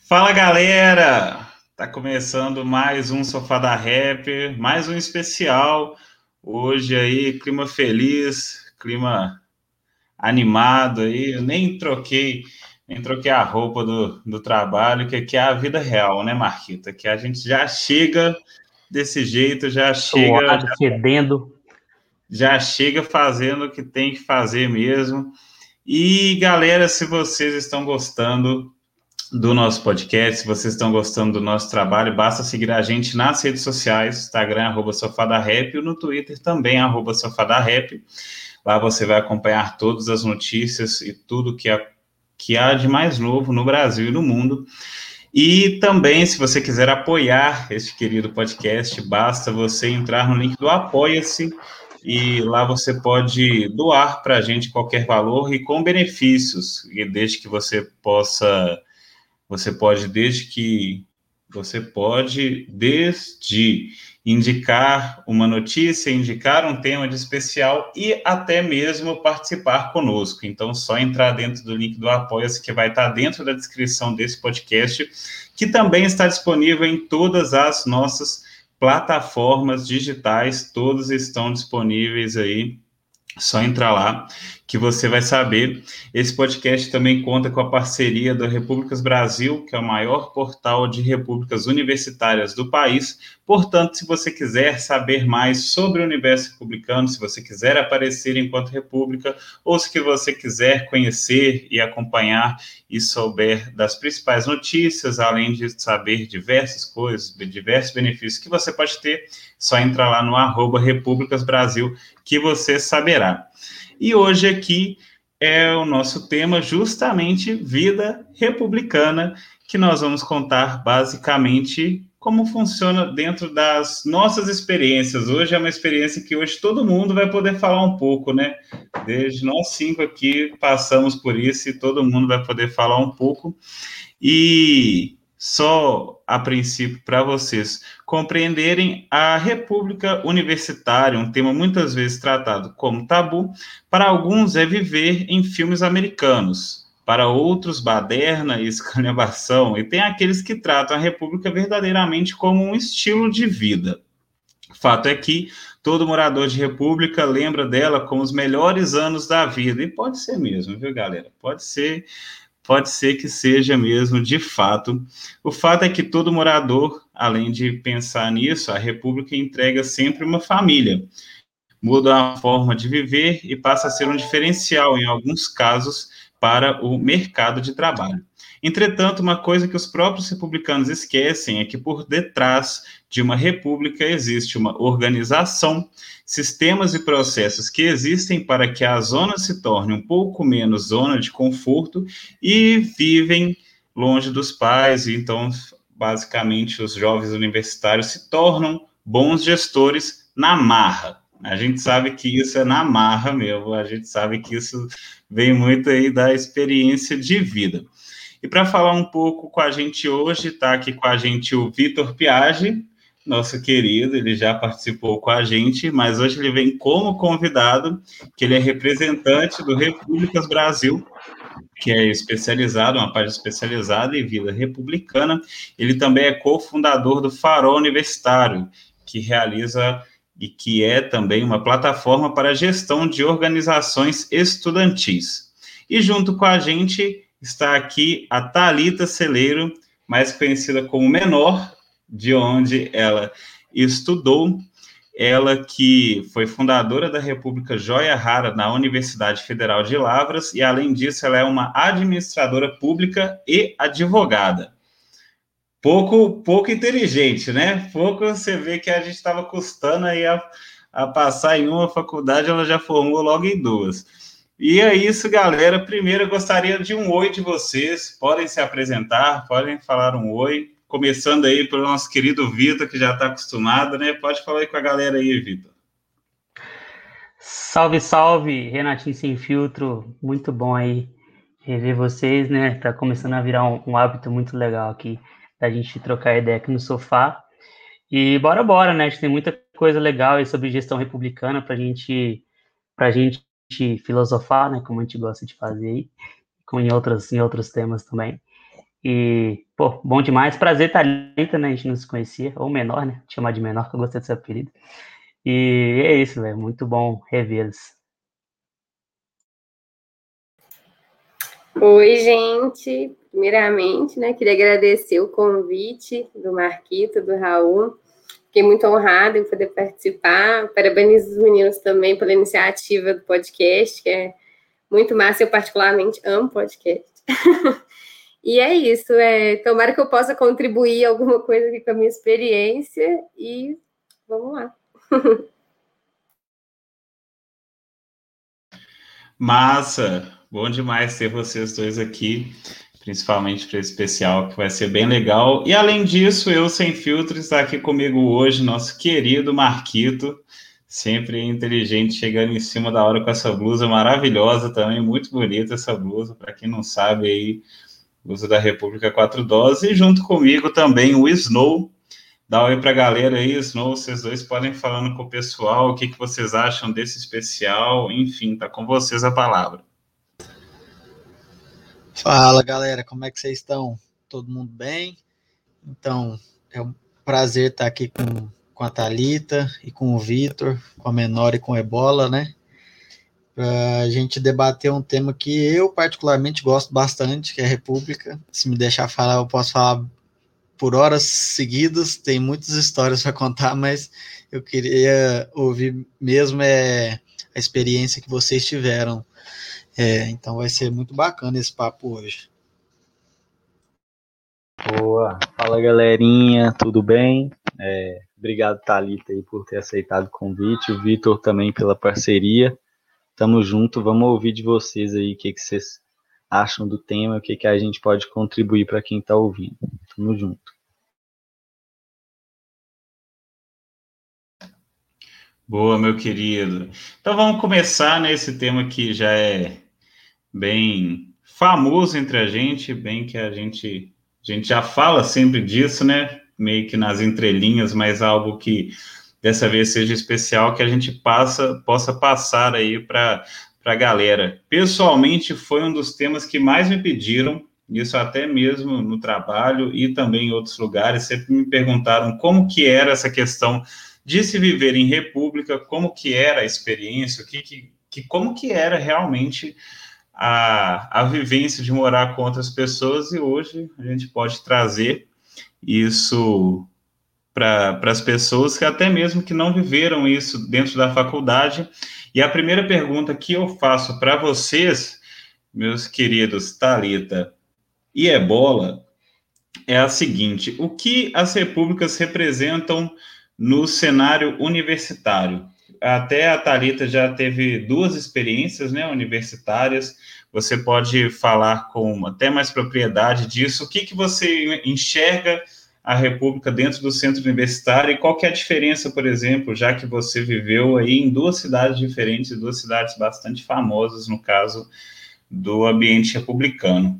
Fala galera! Tá começando mais um Sofá da Rap, mais um especial. Hoje aí, clima feliz, clima animado aí. Eu nem troquei a roupa do trabalho, que aqui é a vida real, né, Marquita? Que a gente já chega desse jeito, Suado, fedendo. já chega fazendo o que tem que fazer mesmo. E galera, se vocês estão gostando do nosso podcast, se vocês estão gostando do nosso trabalho, basta seguir a gente nas redes sociais, Instagram, @sofadarrap, e no Twitter também, @sofadarrap. Lá você vai acompanhar todas as notícias e tudo que há de mais novo no Brasil e no mundo. E também, se você quiser apoiar este querido podcast, basta você entrar no link do Apoia-se e lá você pode doar para a gente qualquer valor e com benefícios, e desde que você pode, desde indicar uma notícia, indicar um tema de especial e até mesmo participar conosco. Então, só entrar dentro do link do Apoia-se, que vai estar dentro da descrição desse podcast, que também está disponível em todas as nossas plataformas digitais, todos estão disponíveis aí. Só entrar lá que você vai saber. Esse podcast também conta com a parceria da Repúblicas Brasil, que é o maior portal de repúblicas universitárias do país. Portanto, se você quiser saber mais sobre o universo republicano, se você quiser aparecer enquanto república, ou se você quiser conhecer e acompanhar e souber das principais notícias, além de saber diversas coisas, diversos benefícios que você pode ter, só entrar lá no @Repúblicas Brasil que você saberá. E hoje aqui é o nosso tema justamente vida republicana, que nós vamos contar basicamente como funciona dentro das nossas experiências. Hoje é uma experiência que hoje todo mundo vai poder falar um pouco, né? Desde nós 5 aqui passamos por isso e todo mundo vai poder falar um pouco. E só a princípio para vocês compreenderem, a República Universitária, um tema muitas vezes tratado como tabu, para alguns é viver em filmes americanos, para outros baderna e esculhambação, e tem aqueles que tratam a República verdadeiramente como um estilo de vida. O fato é que todo morador de República lembra dela como os melhores anos da vida, e pode ser mesmo, viu, galera? Pode ser que seja mesmo, de fato. O fato é que todo morador, além de pensar nisso, a República entrega sempre uma família, muda a forma de viver e passa a ser um diferencial, em alguns casos, para o mercado de trabalho. Entretanto, uma coisa que os próprios republicanos esquecem é que por detrás de uma república existe uma organização, sistemas e processos que existem para que a zona se torne um pouco menos zona de conforto e vivem longe dos pais, e então, basicamente, os jovens universitários se tornam bons gestores na marra. A gente sabe que isso é na marra mesmo, a gente sabe que isso vem muito aí da experiência de vida. E para falar um pouco com a gente hoje, está aqui com a gente o Vitor Piaggi, nosso querido, ele já participou com a gente, mas hoje ele vem como convidado, que ele é representante do Repúblicas Brasil, que é especializado, uma página especializada em vida republicana. Ele também é cofundador do Farol Universitário, que realiza e que é também uma plataforma para a gestão de organizações estudantis. E junto com a gente está aqui a Thalita Celeiro, mais conhecida como Menor, de onde ela estudou. Ela que foi fundadora da República Joia Rara na Universidade Federal de Lavras e, além disso, ela é uma administradora pública e advogada. Pouco inteligente, né? Pouco você vê que a gente estava custando aí a passar em uma faculdade, ela já formou logo em duas. E é isso, galera. Primeiro, eu gostaria de um oi de vocês. Podem se apresentar, podem falar um oi. Começando aí pelo nosso querido Vitor, que já está acostumado, né? Pode falar aí com a galera aí, Vitor. Salve, salve, Renatinho Sem Filtro. Muito bom aí rever vocês, né? Tá começando a virar um hábito muito legal aqui da gente trocar ideia aqui no sofá. E bora, né? A gente tem muita coisa legal aí sobre gestão republicana pra gente filosofar, né? Como a gente gosta de fazer aí, como em outros temas também. E, pô, bom demais. Prazer, Thalita, né? A gente não se conhecia, ou menor, né? Vou chamar de menor, que eu gostei desse apelido. E é isso, velho. Muito bom revê-los. Oi, gente. Primeiramente, né, queria agradecer o convite do Marquito, do Raul. Fiquei muito honrada em poder participar. Parabenizo os meninos também pela iniciativa do podcast, que é muito massa. Eu particularmente amo podcast. E é isso. Tomara que eu possa contribuir alguma coisa aqui com a minha experiência e vamos lá. Massa! Bom demais ter vocês dois aqui, principalmente para esse especial, que vai ser bem legal. E além disso, eu sem filtro está aqui comigo hoje, nosso querido Marquito, sempre inteligente, chegando em cima da hora com essa blusa maravilhosa também, muito bonita essa blusa, para quem não sabe aí, blusa da República 4 Doses, e junto comigo também o Snow. Dá um oi para a galera aí, Snow, vocês dois podem ir falando com o pessoal, o que vocês acham desse especial, enfim, tá com vocês a palavra. Fala, galera, como é que vocês estão? Todo mundo bem? Então, é um prazer estar aqui com a Thalita e com o Vitor, com a Menor e com o Ebola, né? Para a gente debater um tema que eu particularmente gosto bastante, que é a República. Se me deixar falar, eu posso falar por horas seguidas, tem muitas histórias para contar, mas eu queria ouvir mesmo a experiência que vocês tiveram. Então vai ser muito bacana esse papo hoje. Boa, fala galerinha, tudo bem? Obrigado, Thalita, aí, por ter aceitado o convite, o Vitor também pela parceria. Tamo junto, vamos ouvir de vocês aí o que vocês acham do tema, o que a gente pode contribuir para quem está ouvindo. Tamo junto. Boa, meu querido. Então vamos começar nesse tema que já é bem famoso entre a gente, bem que a gente já fala sempre disso, né? Meio que nas entrelinhas, mas algo que dessa vez seja especial, que a gente possa passar aí para a galera. Pessoalmente, foi um dos temas que mais me pediram, isso até mesmo no trabalho e também em outros lugares, sempre me perguntaram como que era essa questão de se viver em república, como que era a experiência, como que era realmente a vivência de morar com outras pessoas, e hoje a gente pode trazer isso para as pessoas que até mesmo que não viveram isso dentro da faculdade. E a primeira pergunta que eu faço para vocês, meus queridos Thalita e Ebola, é a seguinte: o que as repúblicas representam no cenário universitário? Até a Thalita já teve 2 experiências, né, universitárias. Você pode falar com até mais propriedade disso. O que você enxerga a República dentro do centro universitário e qual que é a diferença, por exemplo, já que você viveu aí em 2 cidades diferentes, 2 cidades bastante famosas, no caso do ambiente republicano?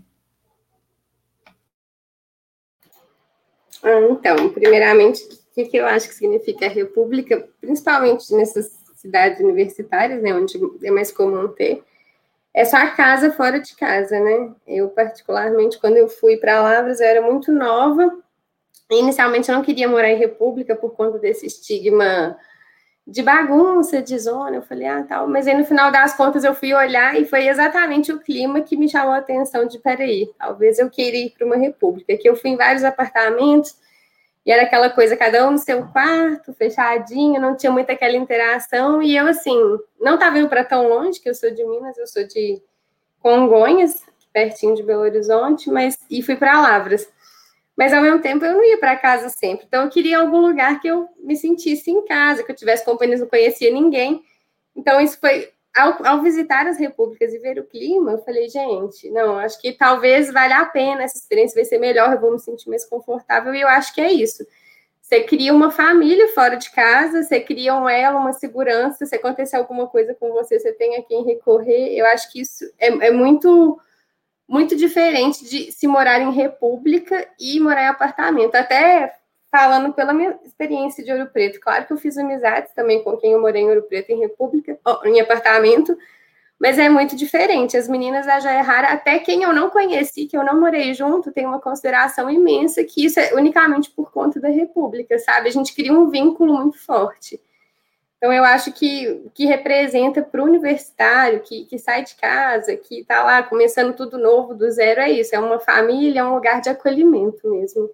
Então, primeiramente, o que eu acho que significa a república, principalmente nessas cidades universitárias, né, onde é mais comum ter, é só a casa fora de casa, né? Eu, particularmente, quando eu fui para Lavras, eu era muito nova. Inicialmente, eu não queria morar em república por conta desse estigma de bagunça, de zona. Eu falei, tal. Mas aí, no final das contas, eu fui olhar e foi exatamente o clima que me chamou a atenção de, peraí, talvez eu queira ir para uma república. Que eu fui em vários apartamentos e era aquela coisa, cada um no seu quarto, fechadinho, não tinha muita aquela interação. E eu, assim, não estava indo para tão longe, que eu sou de Minas, eu sou de Congonhas, pertinho de Belo Horizonte, e fui para Lavras. Mas, ao mesmo tempo, eu não ia para casa sempre. Então, eu queria algum lugar que eu me sentisse em casa, que eu tivesse companhia, não conhecia ninguém. Então, isso foi... Ao visitar as repúblicas e ver o clima, eu falei, gente, não, acho que talvez valha a pena, essa experiência vai ser melhor, eu vou me sentir mais confortável, e eu acho que é isso. Você cria uma família fora de casa, você cria um elo, uma segurança, se acontecer alguma coisa com você, você tem a quem recorrer. Eu acho que isso é muito, muito diferente de se morar em república e morar em apartamento. Até falando pela minha experiência de Ouro Preto, claro que eu fiz amizades também com quem eu morei em Ouro Preto, em república, em apartamento, Mas é muito diferente. As meninas da Joia Rara, até quem eu não conheci, que eu não morei junto, tem uma consideração imensa, que isso é unicamente por conta da República, sabe? A gente cria um vínculo muito forte. Então, eu acho que representa para o universitário, que sai de casa, que está lá começando tudo novo, do zero, é isso. É uma família, é um lugar de acolhimento mesmo.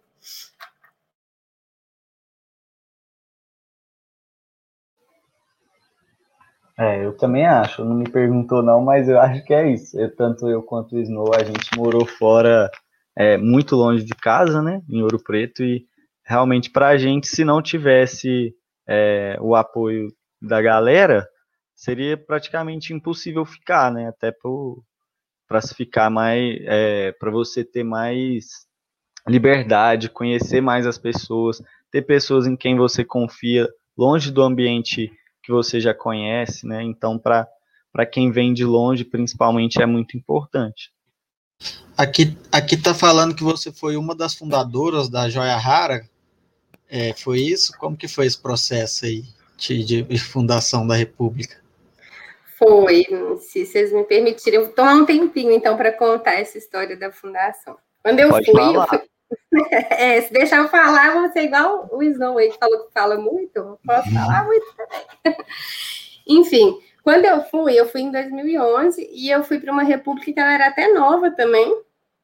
Eu também acho. Não me perguntou não, mas eu acho que é isso. Tanto eu quanto o Snow, a gente morou fora, muito longe de casa, né? Em Ouro Preto, e realmente para a gente, se não tivesse o apoio da galera, seria praticamente impossível ficar, né? Até para se ficar mais, para você ter mais liberdade, conhecer mais as pessoas, ter pessoas em quem você confia, longe do ambiente que você já conhece, né? Então, para quem vem de longe, principalmente, é muito importante. Aqui tá falando que você foi uma das fundadoras da Joia Rara. Foi isso? Como que foi esse processo aí de fundação da República? Foi, se vocês me permitirem, eu vou tomar um tempinho, então, para contar essa história da fundação. Quando eu fui, se deixar eu falar, vou ser igual o Snow aí, que falou que fala muito, eu posso falar muito também. Enfim, quando eu fui em 2011, e eu fui para uma república que ela era até nova também,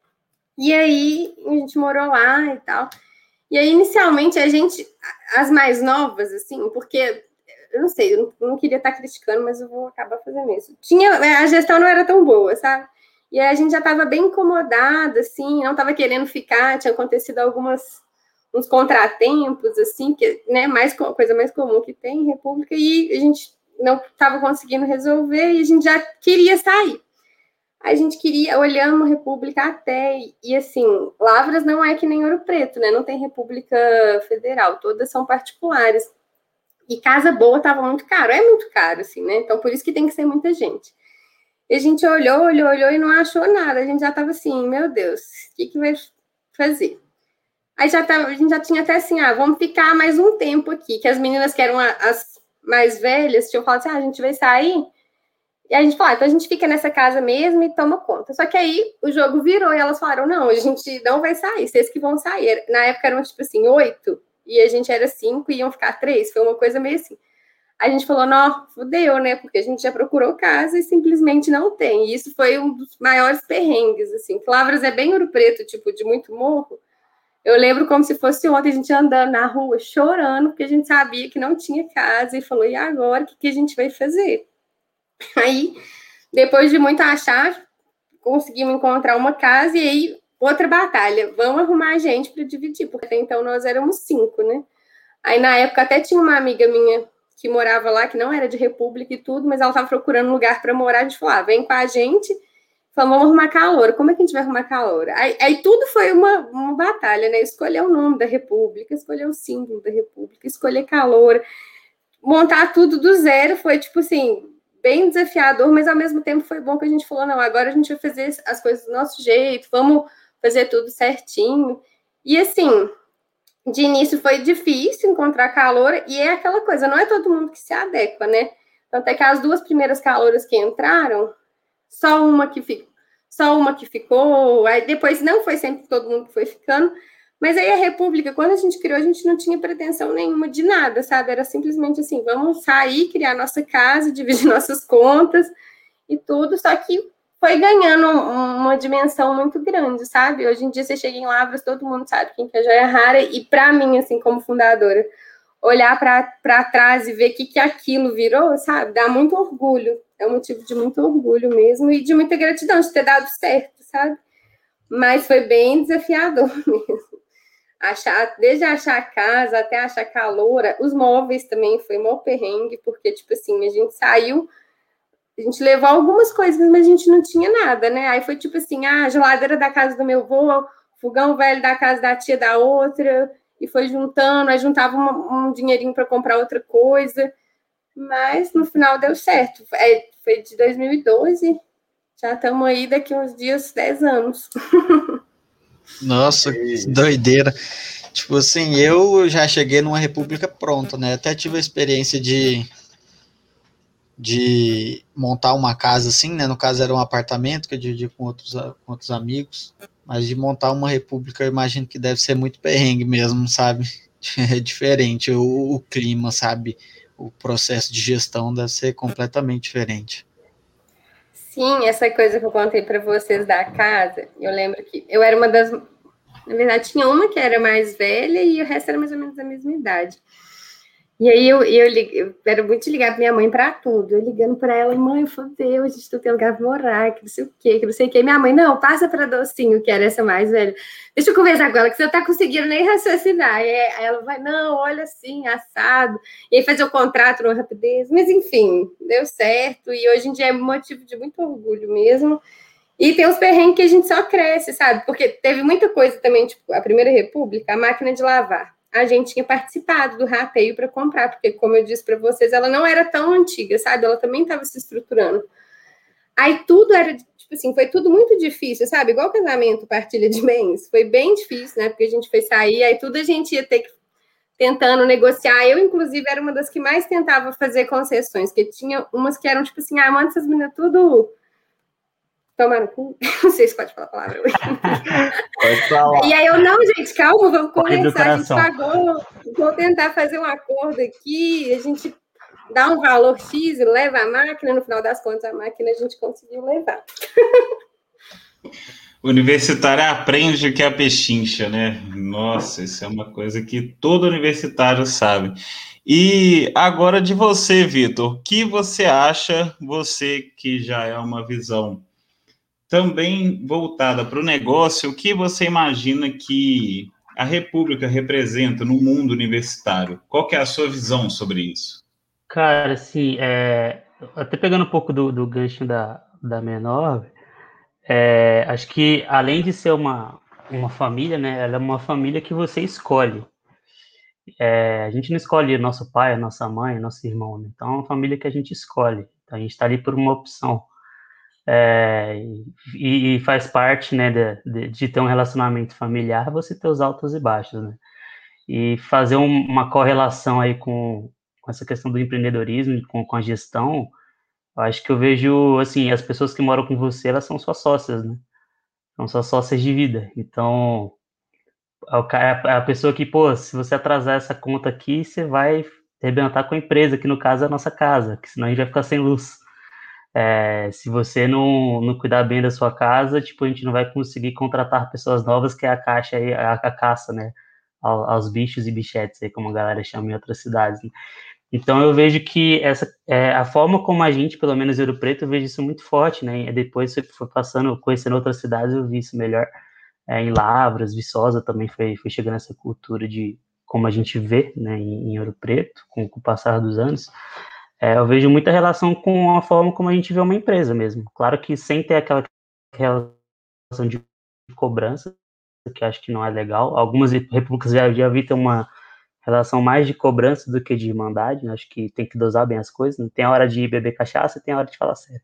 e aí a gente morou lá e tal. E aí, inicialmente, as mais novas, assim, porque, eu não sei, eu não queria estar criticando, mas eu vou acabar fazendo isso. A gestão não era tão boa, sabe? E aí a gente já estava bem incomodada, assim, não estava querendo ficar, tinha acontecido uns contratempos, assim, que, né, coisa mais comum que tem em república, e a gente não estava conseguindo resolver, e a gente já queria sair. A gente olhamos República até, e assim, Lavras não é que nem Ouro Preto, né? Não tem República Federal, todas são particulares. E casa boa estava muito caro, é muito caro, assim, né? Então, por isso que tem que ser muita gente. E a gente olhou e não achou nada. A gente já estava assim, meu Deus, o que vai fazer? Aí a gente já tinha até assim, vamos ficar mais um tempo aqui, que as meninas que eram as mais velhas tinham falado assim, a gente vai sair. E a gente falou, então a gente fica nessa casa mesmo e toma conta. Só que aí o jogo virou e elas falaram, não, a gente não vai sair, vocês que vão sair. Na época eram, tipo assim, 8, e a gente era 5 e iam ficar 3, foi uma coisa meio assim. A gente falou, não, fudeu, né, porque a gente já procurou casa e simplesmente não tem. E isso foi um dos maiores perrengues, assim. Lavras é bem Ouro Preto, tipo, de muito morro. Eu lembro como se fosse ontem, a gente andando na rua, chorando, porque a gente sabia que não tinha casa, e falou, e agora, o que a gente vai fazer? Aí, depois de muito achar, conseguimos encontrar uma casa e aí outra batalha. Vamos arrumar gente para dividir, porque até então nós éramos 5, né? Aí na época até tinha uma amiga minha que morava lá, que não era de República e tudo, mas ela estava procurando um lugar para morar. A gente falou, vem com a gente. Falamos, vamos arrumar caloura. Como é que a gente vai arrumar caloura? Aí tudo foi uma batalha, né? Escolher o nome da República, escolher o símbolo da República, escolher caloura. Montar tudo do zero foi, tipo assim, bem desafiador, mas ao mesmo tempo foi bom que a gente falou, não, agora a gente vai fazer as coisas do nosso jeito, vamos fazer tudo certinho. E assim, de início foi difícil encontrar caloura, e é aquela coisa, não é todo mundo que se adequa, né? Tanto é que as 2 primeiras calouras que entraram, só uma que ficou, aí depois não foi sempre todo mundo que foi ficando, mas aí a República, quando a gente criou, a gente não tinha pretensão nenhuma de nada, sabe? Era simplesmente assim, vamos sair, criar nossa casa, dividir nossas contas e tudo, só que foi ganhando uma dimensão muito grande, sabe? Hoje em dia você chega em Lavras, todo mundo sabe quem que é Joia Rara, e para mim, assim, como fundadora, olhar para trás e ver o que aquilo virou, sabe? Dá muito orgulho, é um motivo de muito orgulho mesmo e de muita gratidão de ter dado certo, sabe? Mas foi bem desafiador mesmo. Desde achar a casa até achar caloura, os móveis também foi mó perrengue, porque, tipo assim, a gente saiu, a gente levou algumas coisas, mas a gente não tinha nada, né? Aí foi tipo assim, a geladeira da casa do meu avô, fogão velho da casa da tia da outra, e foi juntando, aí juntava um dinheirinho para comprar outra coisa, mas no final deu certo. Foi de 2012, já estamos aí daqui uns dias, 10 anos. Nossa, que doideira. Tipo assim, eu já cheguei numa república pronta, né? Até tive a experiência de de montar uma casa assim, né? No caso era um apartamento que eu dividi com outros amigos, mas de montar uma república eu imagino que deve ser muito perrengue mesmo, sabe? É diferente o clima, sabe? O processo de gestão deve ser completamente diferente. Sim, essa coisa que eu contei para vocês da casa, eu lembro que eu era uma das. Na verdade, tinha uma que era mais velha e o resto era mais ou menos da mesma idade. E aí eu era muito ligada pra minha mãe para tudo. Eu ligando para ela, mãe, fodeu, a gente não tem lugar pra morar, que não sei o quê, que não sei o quê. Minha mãe, não, passa para Docinho, que era essa mais velha. Deixa eu conversar com ela, que você não tá conseguindo nem raciocinar. Aí ela vai, não, olha assim, assado. E aí fazer o contrato numa rapidez. Mas enfim, deu certo. E hoje em dia é motivo de muito orgulho mesmo. E tem uns perrengues que a gente só cresce, sabe? Porque teve muita coisa também, tipo, a Primeira República, a máquina de lavar. A gente tinha participado do rateio para comprar, porque, como eu disse para vocês, ela não era tão antiga, sabe? Ela também estava se estruturando. Aí tudo era, tipo assim, foi tudo muito difícil, sabe? Igual casamento, partilha de bens, foi bem difícil, né? Porque a gente foi sair, aí tudo a gente ia ter que tentando negociar. Eu, inclusive, era uma das que mais tentava fazer concessões, porque tinha umas que eram, tipo assim, manda essas meninas tudo tomar no cu. Não sei se pode falar a palavra. Pode falar. E aí eu, não, gente, calma, vamos conversar. A gente Educação. pagou, vou tentar fazer um acordo aqui, a gente dá um valor X e leva a máquina, no final das contas, a máquina a gente conseguiu levar. O universitário aprende que é a pechincha, né? Nossa, isso é uma coisa que todo universitário sabe. E agora de você, Vitor, o que você acha, você que já é uma visão também voltada para o negócio, o que você imagina que a República representa no mundo universitário? Qual que é a sua visão sobre isso? Cara, assim, até pegando um pouco do gancho da Menor, acho que além de ser uma família, né, ela é uma família que você escolhe. A gente não escolhe nosso pai, nossa mãe, nosso irmão, né? Então é uma família que a gente escolhe. Então, a gente está ali por uma opção. E faz parte, né, de ter um relacionamento familiar, você ter os altos e baixos, né? E fazer uma correlação aí com essa questão do empreendedorismo, com a gestão, eu acho que eu vejo, assim, as pessoas que moram com você, elas são suas sócias, né? São suas sócias de vida. Então, a pessoa que, pô, se você atrasar essa conta aqui, você vai arrebentar com a empresa, que no caso é a nossa casa, que senão a gente vai ficar sem luz. Se você não cuidar bem da sua casa, tipo, a gente não vai conseguir contratar pessoas novas, que é a caixa aí, a caça, né? Aos bichos e bichetes, aí, como a galera chama em outras cidades, né? Então eu vejo que a forma como a gente, pelo menos em Ouro Preto, eu vejo isso muito forte, né? E depois você foi passando, conhecendo outras cidades, eu vi isso melhor. Em Lavras, Viçosa também foi chegando essa cultura de como a gente vê, né, em Ouro Preto, com o passar dos anos. Eu vejo muita relação com a forma como a gente vê uma empresa mesmo. Claro que sem ter aquela relação de cobrança, que acho que não é legal. Algumas repúblicas já vi ter uma relação mais de cobrança do que de irmandade, né? Acho que tem que dosar bem as coisas, né? Tem a hora de beber cachaça e tem a hora de falar sério.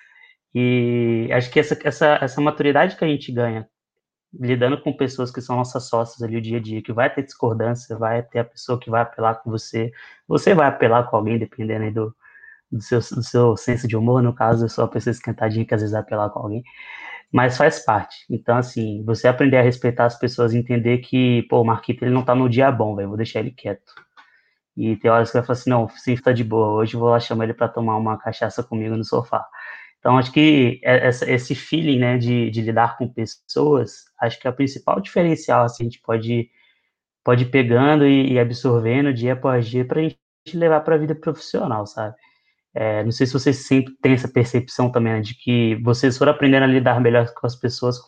E acho que essa maturidade que a gente ganha lidando com pessoas que são nossas sócias ali o dia a dia, que vai ter discordância, vai ter a pessoa que vai apelar com você, você vai apelar com alguém, dependendo aí do seu senso de humor, no caso, eu sou a pessoa esquentadinha que às vezes vai apelar com alguém, mas faz parte. Então, assim, você aprender a respeitar as pessoas, entender que, pô, o Marquito, ele não tá no dia bom, velho, vou deixar ele quieto. E tem horas que vai falar assim, não, sim, tá de boa, hoje eu vou lá chamar ele para tomar uma cachaça comigo no sofá. Então, acho que esse feeling, né, de lidar com pessoas, acho que é o principal diferencial, assim, a gente pode ir pegando e absorvendo dia após dia para a gente levar para a vida profissional, sabe? Não sei se vocês sempre têm essa percepção também, né, de que vocês foram aprendendo a lidar melhor com as pessoas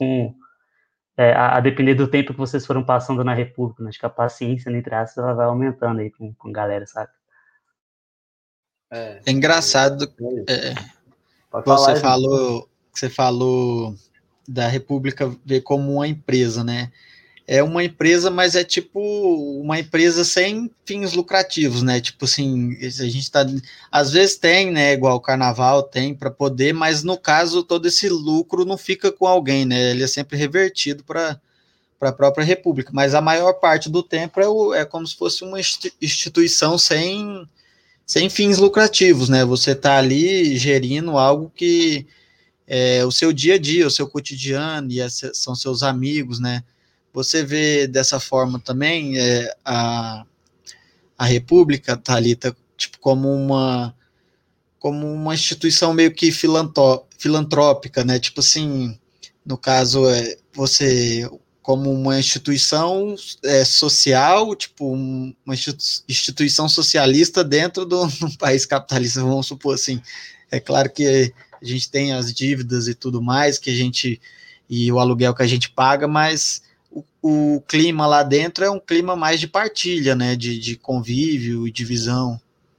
a depender do tempo que vocês foram passando na República, né? Acho que a paciência, entre aspas, ela vai aumentando aí com a galera, sabe? É engraçado, você falou da República ver como uma empresa, né? É uma empresa, mas é tipo uma empresa sem fins lucrativos, né? Tipo assim, a gente tá, às vezes tem, né? Igual o Carnaval tem para poder, mas no caso todo esse lucro não fica com alguém, né? Ele é sempre revertido para a própria República, mas a maior parte do tempo é como se fosse uma instituição sem sem fins lucrativos, né? Você está ali gerindo algo que é o seu dia a dia, o seu cotidiano, e são seus amigos, né? Você vê dessa forma também a República, Thalita, tipo, como uma instituição meio que filantrópica, né? Tipo assim, no caso, você como uma instituição social, tipo, uma instituição socialista dentro de um país capitalista, vamos supor assim. É claro que a gente tem as dívidas e tudo mais, e o aluguel que a gente paga, mas o clima lá dentro é um clima mais de partilha, né? De convívio e divisão.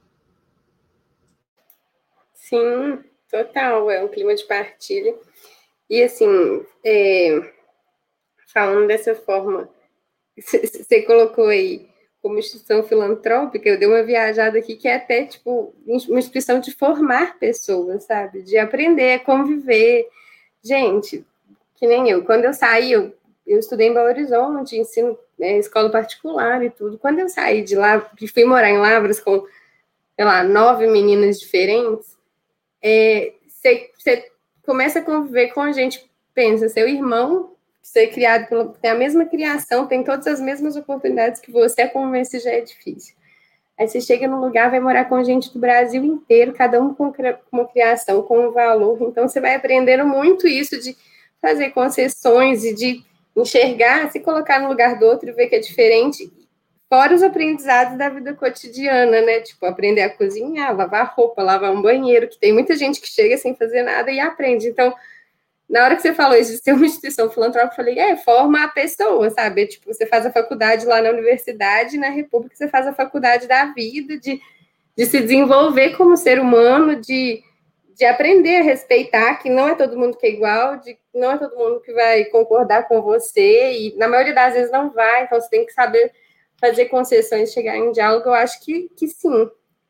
Sim, total, é um clima de partilha. E assim, falando dessa forma, você colocou aí como instituição filantrópica, eu dei uma viajada aqui que é até tipo uma instituição de formar pessoas, sabe? De aprender a conviver. Gente, que nem eu, quando eu saí, eu estudei em Belo Horizonte, ensino escola particular e tudo. Quando eu saí de lá, que fui morar em Lavras com, sei lá, 9 meninas diferentes, você começa a conviver com a gente, pensa, seu irmão, ser criado tem a mesma criação, tem todas as mesmas oportunidades que você, a convivência já é difícil. Aí você chega num lugar, vai morar com gente do Brasil inteiro, cada um com uma criação, com um valor, então você vai aprendendo muito isso de fazer concessões e de enxergar, se colocar no lugar do outro e ver que é diferente, fora os aprendizados da vida cotidiana, né? Tipo, aprender a cozinhar, lavar roupa, lavar um banheiro, que tem muita gente que chega sem fazer nada e aprende. Então, na hora que você falou isso de ser uma instituição filantrópica, eu falei, forma a pessoa, sabe? Tipo, você faz a faculdade lá na universidade, na República você faz a faculdade da vida, de se desenvolver como ser humano, de aprender a respeitar que não é todo mundo que é igual, não é todo mundo que vai concordar com você, e na maioria das vezes não vai, então você tem que saber fazer concessões, chegar em diálogo, eu acho que sim.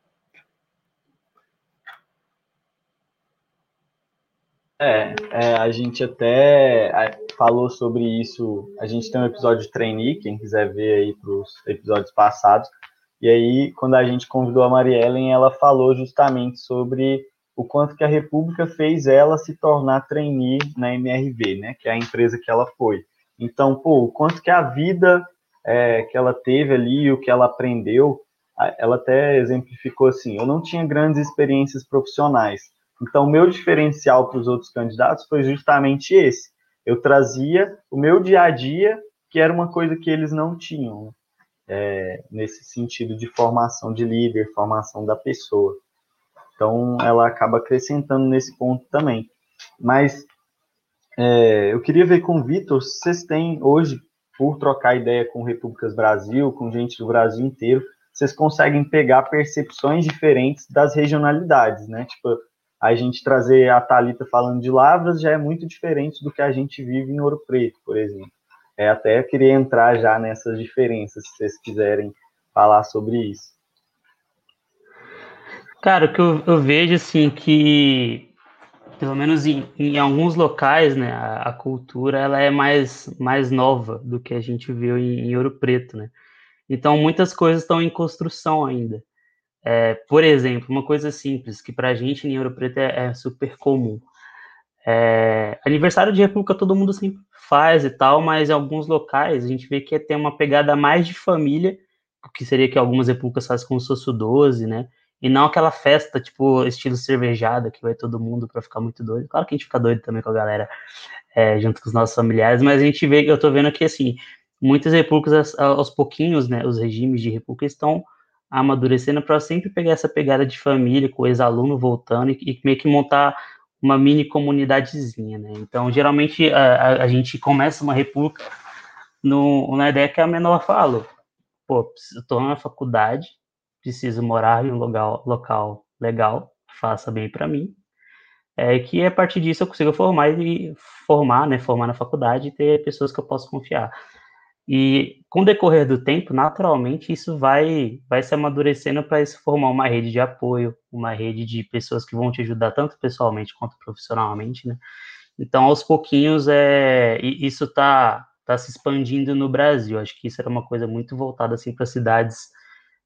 A gente até falou sobre isso, a gente tem um episódio de trainee, quem quiser ver aí para os episódios passados, e aí quando a gente convidou a Mariellen, ela falou justamente sobre o quanto que a República fez ela se tornar trainee na MRV, né, que é a empresa que ela foi. Então, o quanto que a vida que ela teve ali, o que ela aprendeu, ela até exemplificou assim, eu não tinha grandes experiências profissionais, então, o meu diferencial para os outros candidatos foi justamente esse. Eu trazia o meu dia a dia, que era uma coisa que eles não tinham, nesse sentido de formação de líder, formação da pessoa. Então, ela acaba acrescentando nesse ponto também. Mas eu queria ver com o Vitor, se vocês têm hoje, por trocar ideia com Repúblicas Brasil, com gente do Brasil inteiro, vocês conseguem pegar percepções diferentes das regionalidades, né? Tipo, a gente trazer a Thalita falando de Lavras já é muito diferente do que a gente vive em Ouro Preto, por exemplo. Até queria entrar já nessas diferenças, se vocês quiserem falar sobre isso. Cara, o que eu vejo, assim, que pelo menos em alguns locais, né, a cultura ela é mais nova do que a gente viu em Ouro Preto, né? Então, muitas coisas estão em construção ainda. Por exemplo, uma coisa simples, que para a gente em Ouro Preto é super comum. Aniversário de República todo mundo sempre faz e tal, mas em alguns locais a gente vê que tem uma pegada mais de família, que seria que algumas repúblicas fazem como se fosse o 12, né? E não aquela festa, tipo, estilo cervejada, que vai todo mundo para ficar muito doido. Claro que a gente fica doido também com a galera, junto com os nossos familiares, mas a gente vê, eu tô vendo que, assim, muitas repúblicas, aos pouquinhos, né, os regimes de república estão amadurecendo para sempre pegar essa pegada de família, com o ex-aluno voltando e meio que montar uma mini comunidadezinha, né? Então, geralmente, a gente começa uma república na ideia que a menor fala, estou na faculdade, preciso morar em um local legal, que faça bem para mim, que a partir disso eu consigo formar na faculdade e ter pessoas que eu posso confiar. E com o decorrer do tempo, naturalmente, isso vai se amadurecendo para se formar uma rede de apoio, uma rede de pessoas que vão te ajudar tanto pessoalmente quanto profissionalmente, né? Então, aos pouquinhos, isso está se expandindo no Brasil. Acho que isso era uma coisa muito voltada assim, para cidades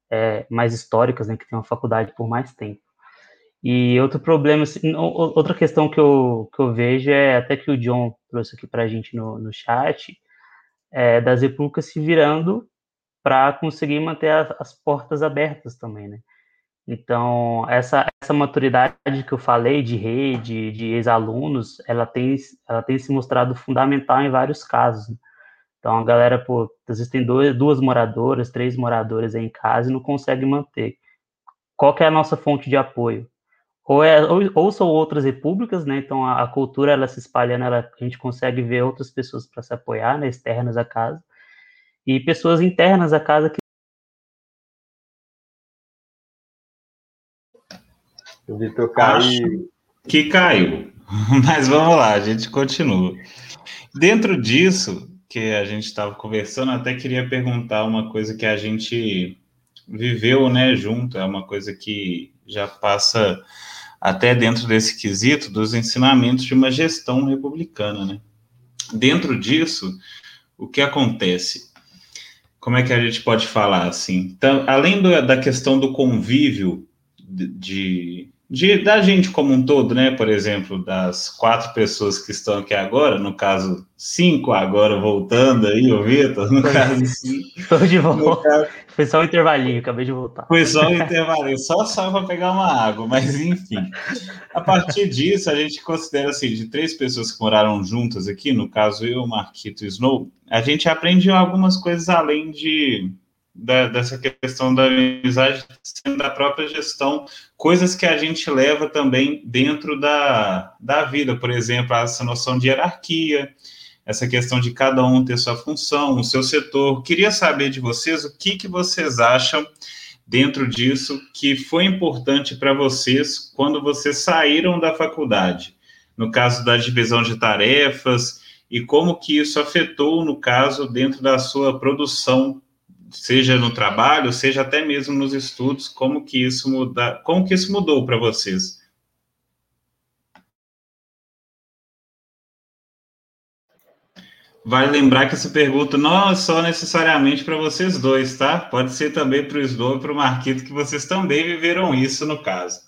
mais históricas, né, que tem uma faculdade por mais tempo. E outro problema, assim, outra questão que eu vejo é, até que o John trouxe aqui para a gente no chat, das repúblicas se virando para conseguir manter as portas abertas também, né? Então, essa maturidade que eu falei de rede, de ex-alunos, ela tem se mostrado fundamental em vários casos, né? Então, a galera, pô, às vezes tem duas moradoras, 3 moradoras aí em casa e não consegue manter. Qual que é a nossa fonte de apoio? Ou são outras repúblicas, né? Então, a cultura, ela se espalhando, a gente consegue ver outras pessoas para se apoiar, né? Externas à casa. E pessoas internas à casa que... O Vitor caiu. Acho que caiu. Mas vamos lá, a gente continua. Dentro disso que a gente estava conversando, até queria perguntar uma coisa que a gente viveu, né, junto, é uma coisa que já passa até dentro desse quesito dos ensinamentos de uma gestão republicana, né? Dentro disso, o que acontece? Como é que a gente pode falar assim? Então, além da questão do convívio da gente como um todo, né? Por exemplo, das 4 pessoas que estão aqui agora, no caso 5 agora voltando aí, o Vitor, no caso 5. Estou de volta. Foi só um intervalinho, acabei de voltar. Foi só um intervalinho, só para pegar uma água, mas enfim. A partir disso, a gente considera assim, de 3 pessoas que moraram juntas aqui, no caso eu, Marquito e Snow, a gente aprende algumas coisas além dessa questão da amizade, da própria gestão, coisas que a gente leva também dentro da vida, por exemplo, essa noção de hierarquia, essa questão de cada um ter sua função, o seu setor. Queria saber de vocês o que vocês acham dentro disso que foi importante para vocês quando vocês saíram da faculdade, no caso da divisão de tarefas, e como que isso afetou, no caso, dentro da sua produção, seja no trabalho, seja até mesmo nos estudos, como que isso mudou para vocês? Vale lembrar que essa pergunta não é só necessariamente para vocês dois, tá? Pode ser também para o Snow e para o Marquito, que vocês também viveram isso no caso.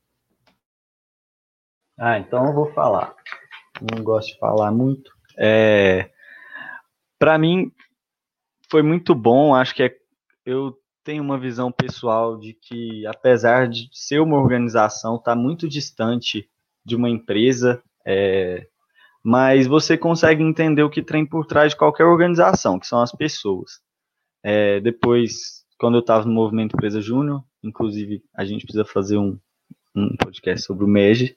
Então eu vou falar. Não gosto de falar muito. Para mim, foi muito bom. Acho que eu tenho uma visão pessoal de que, apesar de ser uma organização, está muito distante de uma empresa, mas você consegue entender o que tem por trás de qualquer organização, que são as pessoas. Depois, quando eu estava no Movimento Empresa Júnior, inclusive a gente precisa fazer um podcast sobre o MEG,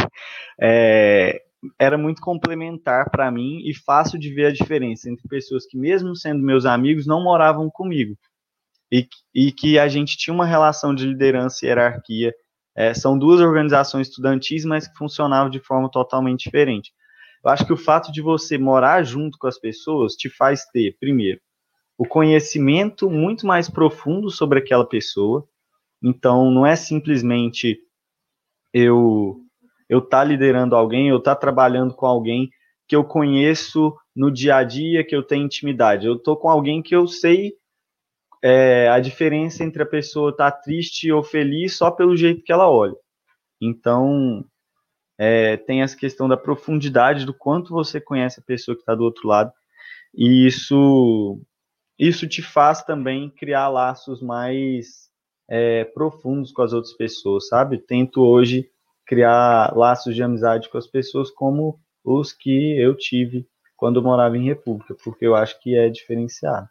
era muito complementar para mim e fácil de ver a diferença entre pessoas que, mesmo sendo meus amigos, não moravam comigo e que a gente tinha uma relação de liderança e hierarquia. São 2 organizações estudantis, mas que funcionavam de forma totalmente diferente. Eu acho que o fato de você morar junto com as pessoas te faz ter, primeiro, o conhecimento muito mais profundo sobre aquela pessoa. Então, não é simplesmente eu estar liderando alguém, eu estar trabalhando com alguém que eu conheço no dia a dia, que eu tenho intimidade. Eu estou com alguém que eu sei a diferença entre a pessoa estar triste ou feliz só pelo jeito que ela olha. Então, tem essa questão da profundidade, do quanto você conhece a pessoa que está do outro lado, e isso te faz também criar laços mais profundos com as outras pessoas, sabe? Tento hoje criar laços de amizade com as pessoas como os que eu tive quando eu morava em República, porque eu acho que é diferenciado.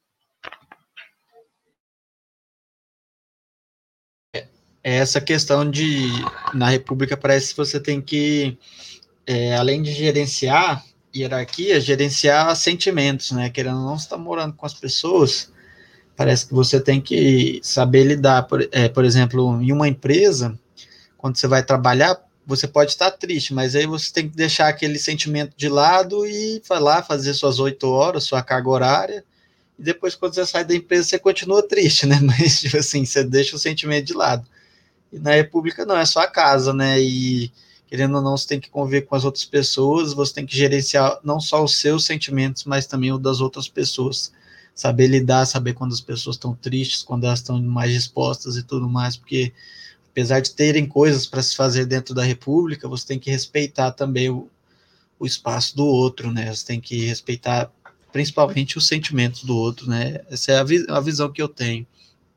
Essa questão na República, parece que você tem que, além de gerenciar hierarquia, gerenciar sentimentos, né? Querendo ou não, você está morando com as pessoas, parece que você tem que saber lidar. Por exemplo, em uma empresa, quando você vai trabalhar, você pode estar triste, mas aí você tem que deixar aquele sentimento de lado e vai lá fazer suas 8 horas, sua carga horária, e depois, quando você sai da empresa, você continua triste, né? Mas, tipo assim, você deixa o sentimento de lado. E na República não, é só a casa, né? E querendo ou não, você tem que conviver com as outras pessoas, você tem que gerenciar não só os seus sentimentos, mas também o das outras pessoas. saber lidar, saber quando as pessoas estão tristes, quando elas estão mais dispostas e tudo mais, porque apesar de terem coisas para se fazer dentro da República, você tem que respeitar também o espaço do outro, né? Você tem que respeitar principalmente os sentimentos do outro, né? Essa é a visão que eu tenho.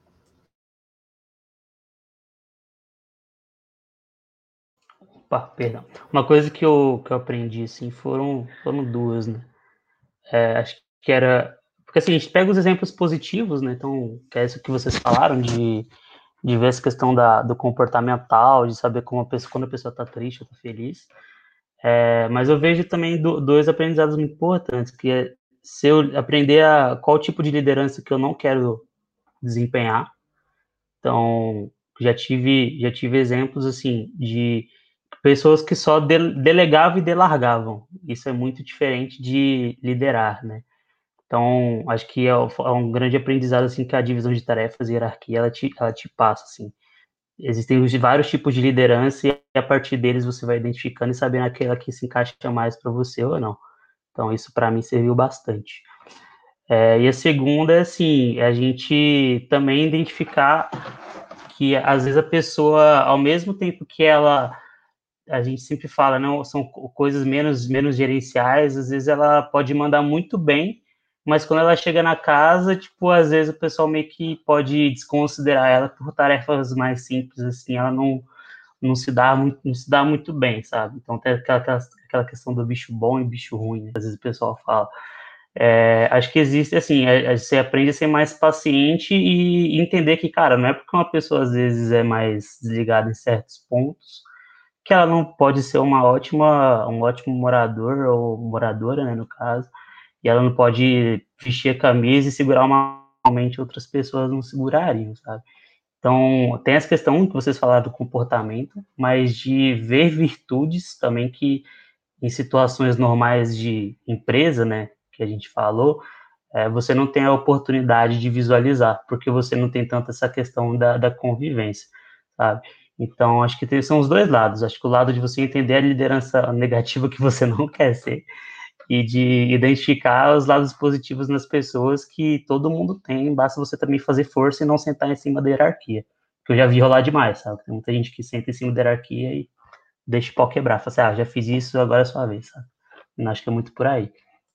Opa, perdão. Uma coisa que eu aprendi, assim, foram duas, né? Acho que era... Porque, assim, a gente pega os exemplos positivos, né? Então, que é isso que vocês falaram, de ver essa questão do comportamental, de saber como quando a pessoa está triste ou está feliz. Mas eu vejo também dois aprendizados muito importantes, que é se eu aprender qual tipo de liderança que eu não quero desempenhar. Então, já tive exemplos, assim, de pessoas que só delegavam e delargavam. Isso é muito diferente de liderar, né? Então, acho que é um grande aprendizado, assim, que a divisão de tarefas e hierarquia, ela te passa, assim. Existem vários tipos de liderança e a partir deles você vai identificando e sabendo aquela que se encaixa mais para você ou não. Então, isso para mim serviu bastante. E a segunda é, assim, a gente também identificar que, às vezes, a pessoa, ao mesmo tempo que a gente sempre fala, não, são coisas menos gerenciais, às vezes ela pode mandar muito bem, mas quando ela chega na casa, tipo, às vezes o pessoal meio que pode desconsiderar ela por tarefas mais simples, assim, ela não se dá muito bem, sabe? Então tem aquela questão do bicho bom e bicho ruim, né? Às vezes o pessoal fala. Acho que existe, assim, você aprende a ser mais paciente e entender que, cara, não é porque uma pessoa às vezes é mais desligada em certos pontos que ela não pode ser um ótimo morador ou moradora, né, no caso, e ela não pode vestir a camisa e segurar uma realmente outras pessoas não segurariam, sabe? Então, tem essa questão que vocês falaram do comportamento, mas de ver virtudes também que em situações normais de empresa, né, que a gente falou, você não tem a oportunidade de visualizar, porque você não tem tanto essa questão da convivência, sabe? Então, acho que são os dois lados. Acho que o lado de você entender a liderança negativa que você não quer ser e de identificar os lados positivos nas pessoas que todo mundo tem, basta você também fazer força e não sentar em cima da hierarquia, que eu já vi rolar demais, sabe? Tem muita gente que senta em cima da hierarquia e deixa o pau quebrar, fala assim, já fiz isso, agora é a sua vez, sabe? Não acho que é muito por aí.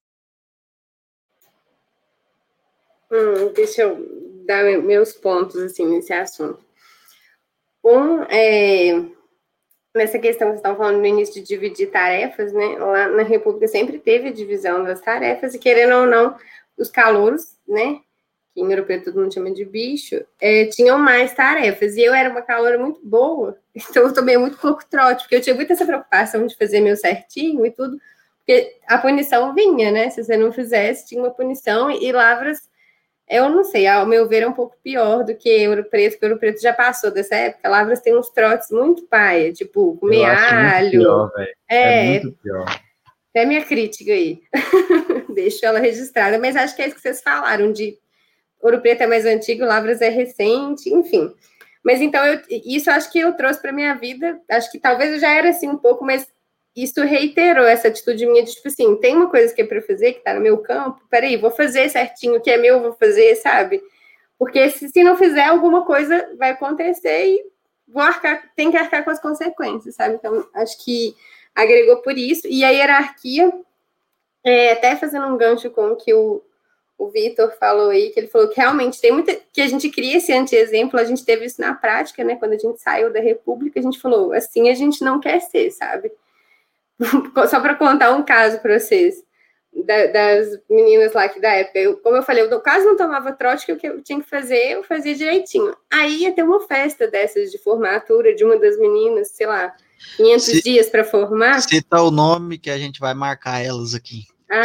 Deixa eu dar meus pontos, assim, nesse assunto. Nessa questão que vocês estavam falando no início de dividir tarefas, né? Lá na República sempre teve a divisão das tarefas, e querendo ou não, os calouros, né? Que em europeu todo mundo chama de bicho, tinham mais tarefas. E eu era uma caloura muito boa, então eu tomei muito pouco trote, porque eu tinha muita essa preocupação de fazer meu certinho e tudo, porque a punição vinha, né? Se você não fizesse, tinha uma punição, e Lavras, eu não sei, ao meu ver, é um pouco pior do que Ouro Preto, porque Ouro Preto já passou dessa época. Lavras tem uns trotes muito paia, tipo, comer alho. Pior, é muito pior. Até minha crítica aí. Deixo ela registrada, mas acho que é isso que vocês falaram, de Ouro Preto é mais antigo, Lavras é recente, enfim. Mas então, isso acho que eu trouxe para minha vida, acho que talvez eu já era assim um pouco, mas isso reiterou essa atitude minha de, tipo assim, tem uma coisa que é para fazer, que está no meu campo, peraí, vou fazer certinho o que é meu, vou fazer, sabe? Porque se não fizer, alguma coisa vai acontecer e tem que arcar com as consequências, sabe? Então, acho que agregou por isso. E a hierarquia, até fazendo um gancho com o que o Vitor falou aí, que ele falou que realmente tem muita... que a gente cria esse anti-exemplo, a gente teve isso na prática, né? Quando a gente saiu da República, a gente falou, assim a gente não quer ser, sabe? Só para contar um caso para vocês, das meninas lá que da época, como eu falei, eu quase não tomava trote, que o que eu tinha que fazer, eu fazia direitinho. Aí ia ter uma festa dessas de formatura de uma das meninas, sei lá, 500 dias para formar. Cita o nome que a gente vai marcar elas aqui.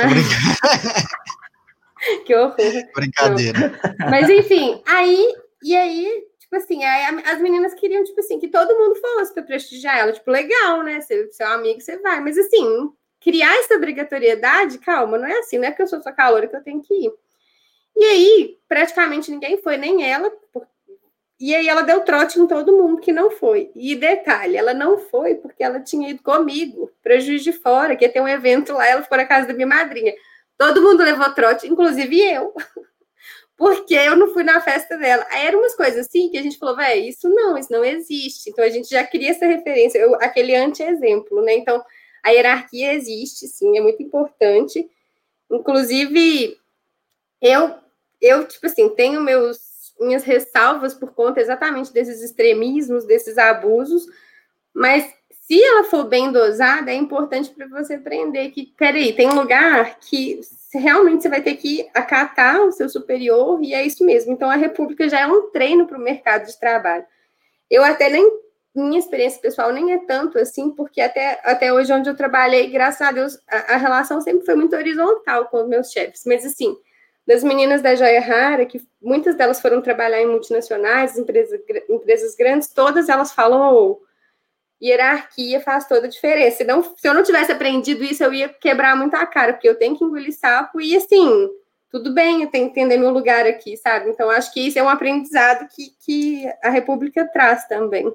Que horror. Brincadeira. Não. Mas enfim, aí tipo assim, as meninas queriam, tipo assim, que todo mundo fosse para prestigiar ela. Tipo, legal, né? Seu amigo, você vai. Mas assim, criar essa obrigatoriedade, calma, não é assim, não é porque eu sou sua caloura que eu tenho que ir. E aí, praticamente ninguém foi, nem ela. E aí ela deu trote em todo mundo que não foi. E detalhe, ela não foi porque ela tinha ido comigo para Juiz de Fora, que ia ter um evento lá, ela ficou na casa da minha madrinha. Todo mundo levou trote, inclusive eu. porque eu não fui na festa dela. Aí eram umas coisas assim que a gente falou, velho, isso não existe. Então a gente já cria essa referência, aquele anti-exemplo, né? Então a hierarquia existe, sim, é muito importante. Inclusive, eu tipo assim, tenho minhas ressalvas por conta exatamente desses extremismos, desses abusos, mas se ela for bem dosada, é importante para você aprender que, peraí, tem um lugar que realmente você vai ter que acatar o seu superior, e é isso mesmo. Então, a República já é um treino para o mercado de trabalho. Eu até nem, minha experiência pessoal nem é tanto assim, porque até hoje onde eu trabalhei, graças a Deus, a relação sempre foi muito horizontal com os meus chefes. Mas, assim, das meninas da Joia Rara, que muitas delas foram trabalhar em multinacionais, empresas grandes, todas elas falam... hierarquia faz toda a diferença. Se eu não tivesse aprendido isso, eu ia quebrar muito a cara, porque eu tenho que engolir sapo e, assim, tudo bem, eu tenho que entender meu lugar aqui, sabe? Então, acho que isso é um aprendizado que a República traz também.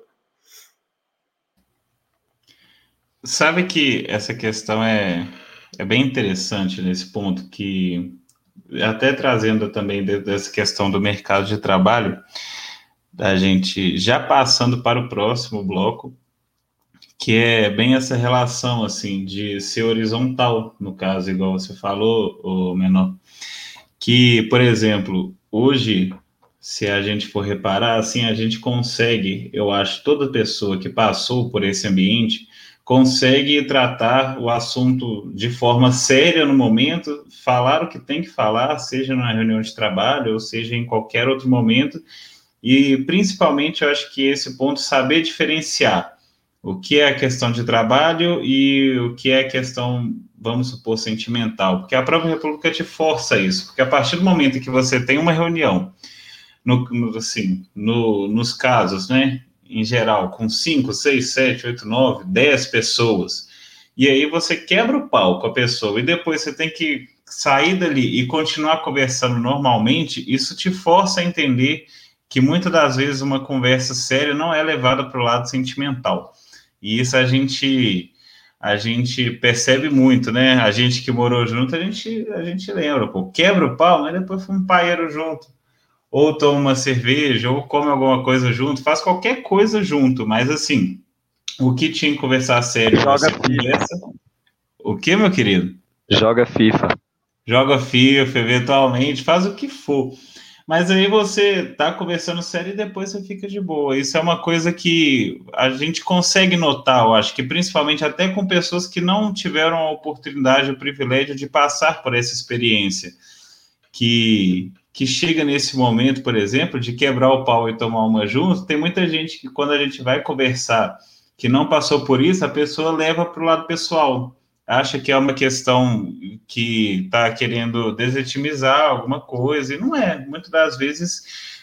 Sabe que essa questão é bem interessante nesse ponto, que até trazendo também dessa questão do mercado de trabalho, da gente já passando para o próximo bloco, que é bem essa relação, assim, de ser horizontal, no caso, igual você falou, o Menor, que, por exemplo, hoje, se a gente for reparar, assim, a gente consegue, eu acho, toda pessoa que passou por esse ambiente consegue tratar o assunto de forma séria no momento, falar o que tem que falar, seja numa reunião de trabalho ou seja em qualquer outro momento, e principalmente eu acho que esse ponto, saber diferenciar o que é a questão de trabalho e o que é a questão, vamos supor, sentimental, porque a própria República te força isso, porque a partir do momento que você tem uma reunião, nos casos, né, em geral, com 5, 6, 7, 8, 9, 10 pessoas, e aí você quebra o pau com a pessoa, e depois você tem que sair dali e continuar conversando normalmente, isso te força a entender que muitas das vezes uma conversa séria não é levada para o lado sentimental. E isso a gente percebe muito, né? A gente que morou junto, a gente lembra, pô, quebra o pau, mas depois foi um paeiro junto. Ou toma uma cerveja, ou come alguma coisa junto, faz qualquer coisa junto, mas assim, o que tinha que conversar sério, Joga você FIFA. conversa. O que, meu querido? Joga FIFA. Joga FIFA, eventualmente, faz o que for. Mas aí você tá conversando sério e depois você fica de boa. Isso é uma coisa que a gente consegue notar, eu acho que principalmente até com pessoas que não tiveram a oportunidade, o privilégio de passar por essa experiência, que chega nesse momento, por exemplo, de quebrar o pau e tomar uma junto. Tem muita gente que quando a gente vai conversar, que não passou por isso, a pessoa leva para o lado pessoal. Acha que é uma questão que está querendo desetimizar alguma coisa, e não é. Muitas das vezes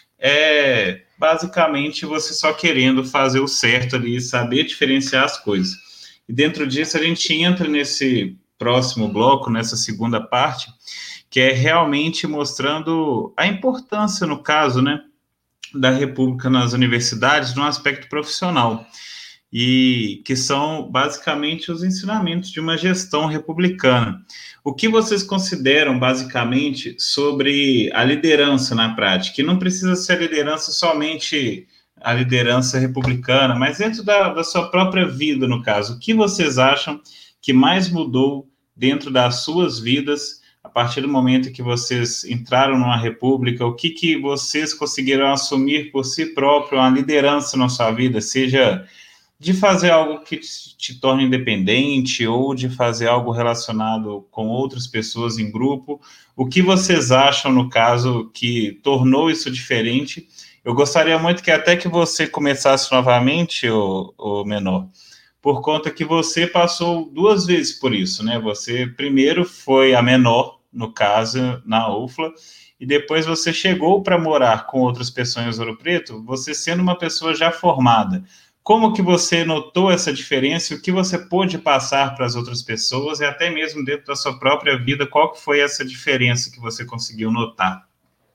é basicamente você só querendo fazer o certo ali, saber diferenciar as coisas. E dentro disso a gente entra nesse próximo bloco, nessa segunda parte, que é realmente mostrando a importância, no caso, né, da República nas universidades, no aspecto profissional, e que são basicamente os ensinamentos de uma gestão republicana. O que vocês consideram, basicamente, sobre a liderança na prática? Que não precisa ser a liderança somente a liderança republicana, mas dentro da sua própria vida, no caso. O que vocês acham que mais mudou dentro das suas vidas a partir do momento que vocês entraram numa república? O que vocês conseguiram assumir por si próprio, uma liderança na sua vida, seja de fazer algo que te torne independente ou de fazer algo relacionado com outras pessoas em grupo? O que vocês acham, no caso, que tornou isso diferente? Eu gostaria muito que até que você começasse novamente, o Menor, por conta que você passou 2 vezes por isso, né? Você primeiro foi a menor, no caso, na UFLA, e depois você chegou para morar com outras pessoas em Ouro Preto, você sendo uma pessoa já formada. Como que você notou essa diferença e o que você pôde passar para as outras pessoas e até mesmo dentro da sua própria vida, qual que foi essa diferença que você conseguiu notar?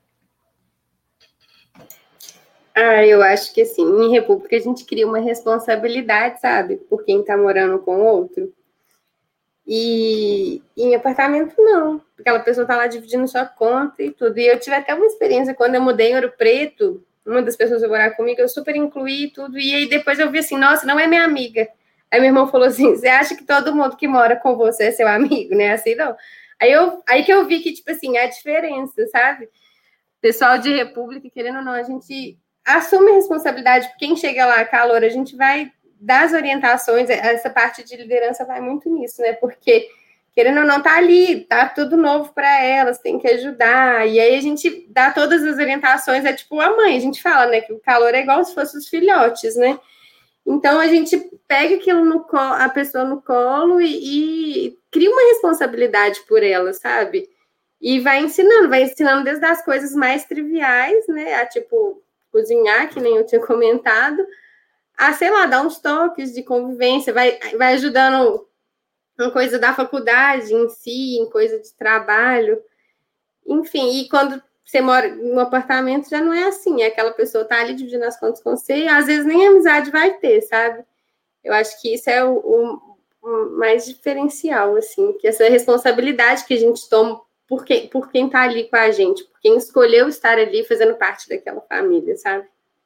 Eu acho que, assim, em república a gente cria uma responsabilidade, sabe? Por quem tá morando com o outro. E em apartamento, não. Aquela pessoa tá lá dividindo sua conta e tudo. E eu tive até uma experiência quando eu mudei em Ouro Preto, uma das pessoas que morar comigo, eu super incluí tudo. E aí depois eu vi assim, nossa, não é minha amiga. Aí meu irmão falou assim, você acha que todo mundo que mora com você é seu amigo, né? Assim, não. Aí que eu vi que, tipo assim, é a diferença, sabe? Pessoal de República, querendo ou não, a gente assume a responsabilidade. Quem chega lá, calor, a gente vai dar as orientações, essa parte de liderança vai muito nisso, né? Porque, querendo ou não, tá ali, tá tudo novo para elas, tem que ajudar. E aí a gente dá todas as orientações, é tipo a mãe, a gente fala, né? Que o calor é igual se fossem os filhotes, né? Então a gente pega aquilo no colo, a pessoa no colo e cria uma responsabilidade por ela, sabe? E vai ensinando desde as coisas mais triviais, né? A tipo cozinhar, que nem eu tinha comentado, a, sei lá, dar uns toques de convivência, vai ajudando em coisa da faculdade em si, em coisa de trabalho. Enfim, e quando você mora em um apartamento, já não é assim, é aquela pessoa tá ali dividindo as contas com você, e às vezes nem amizade vai ter, sabe? Eu acho que isso é o mais diferencial, assim, que essa responsabilidade que a gente toma por quem tá ali com a gente, por quem escolheu estar ali fazendo parte daquela família, sabe?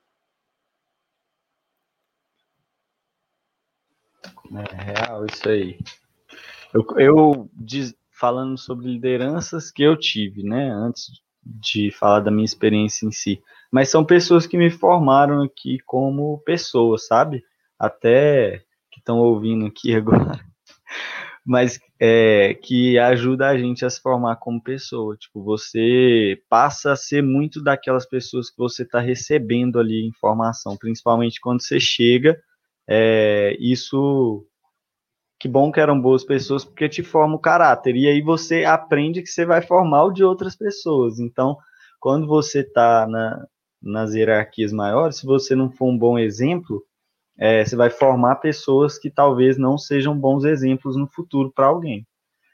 É real isso aí. Falando sobre lideranças que eu tive, né, antes de falar da minha experiência em si, mas são pessoas que me formaram aqui como pessoa, sabe? Até que estão ouvindo aqui agora, mas que ajuda a gente a se formar como pessoa. Tipo, você passa a ser muito daquelas pessoas que você está recebendo ali informação, principalmente quando você chega. Isso, que bom que eram boas pessoas, porque te forma o caráter. E aí você aprende que você vai formar o de outras pessoas. Então, quando você está nas hierarquias maiores, se você não for um bom exemplo, você vai formar pessoas que talvez não sejam bons exemplos no futuro para alguém.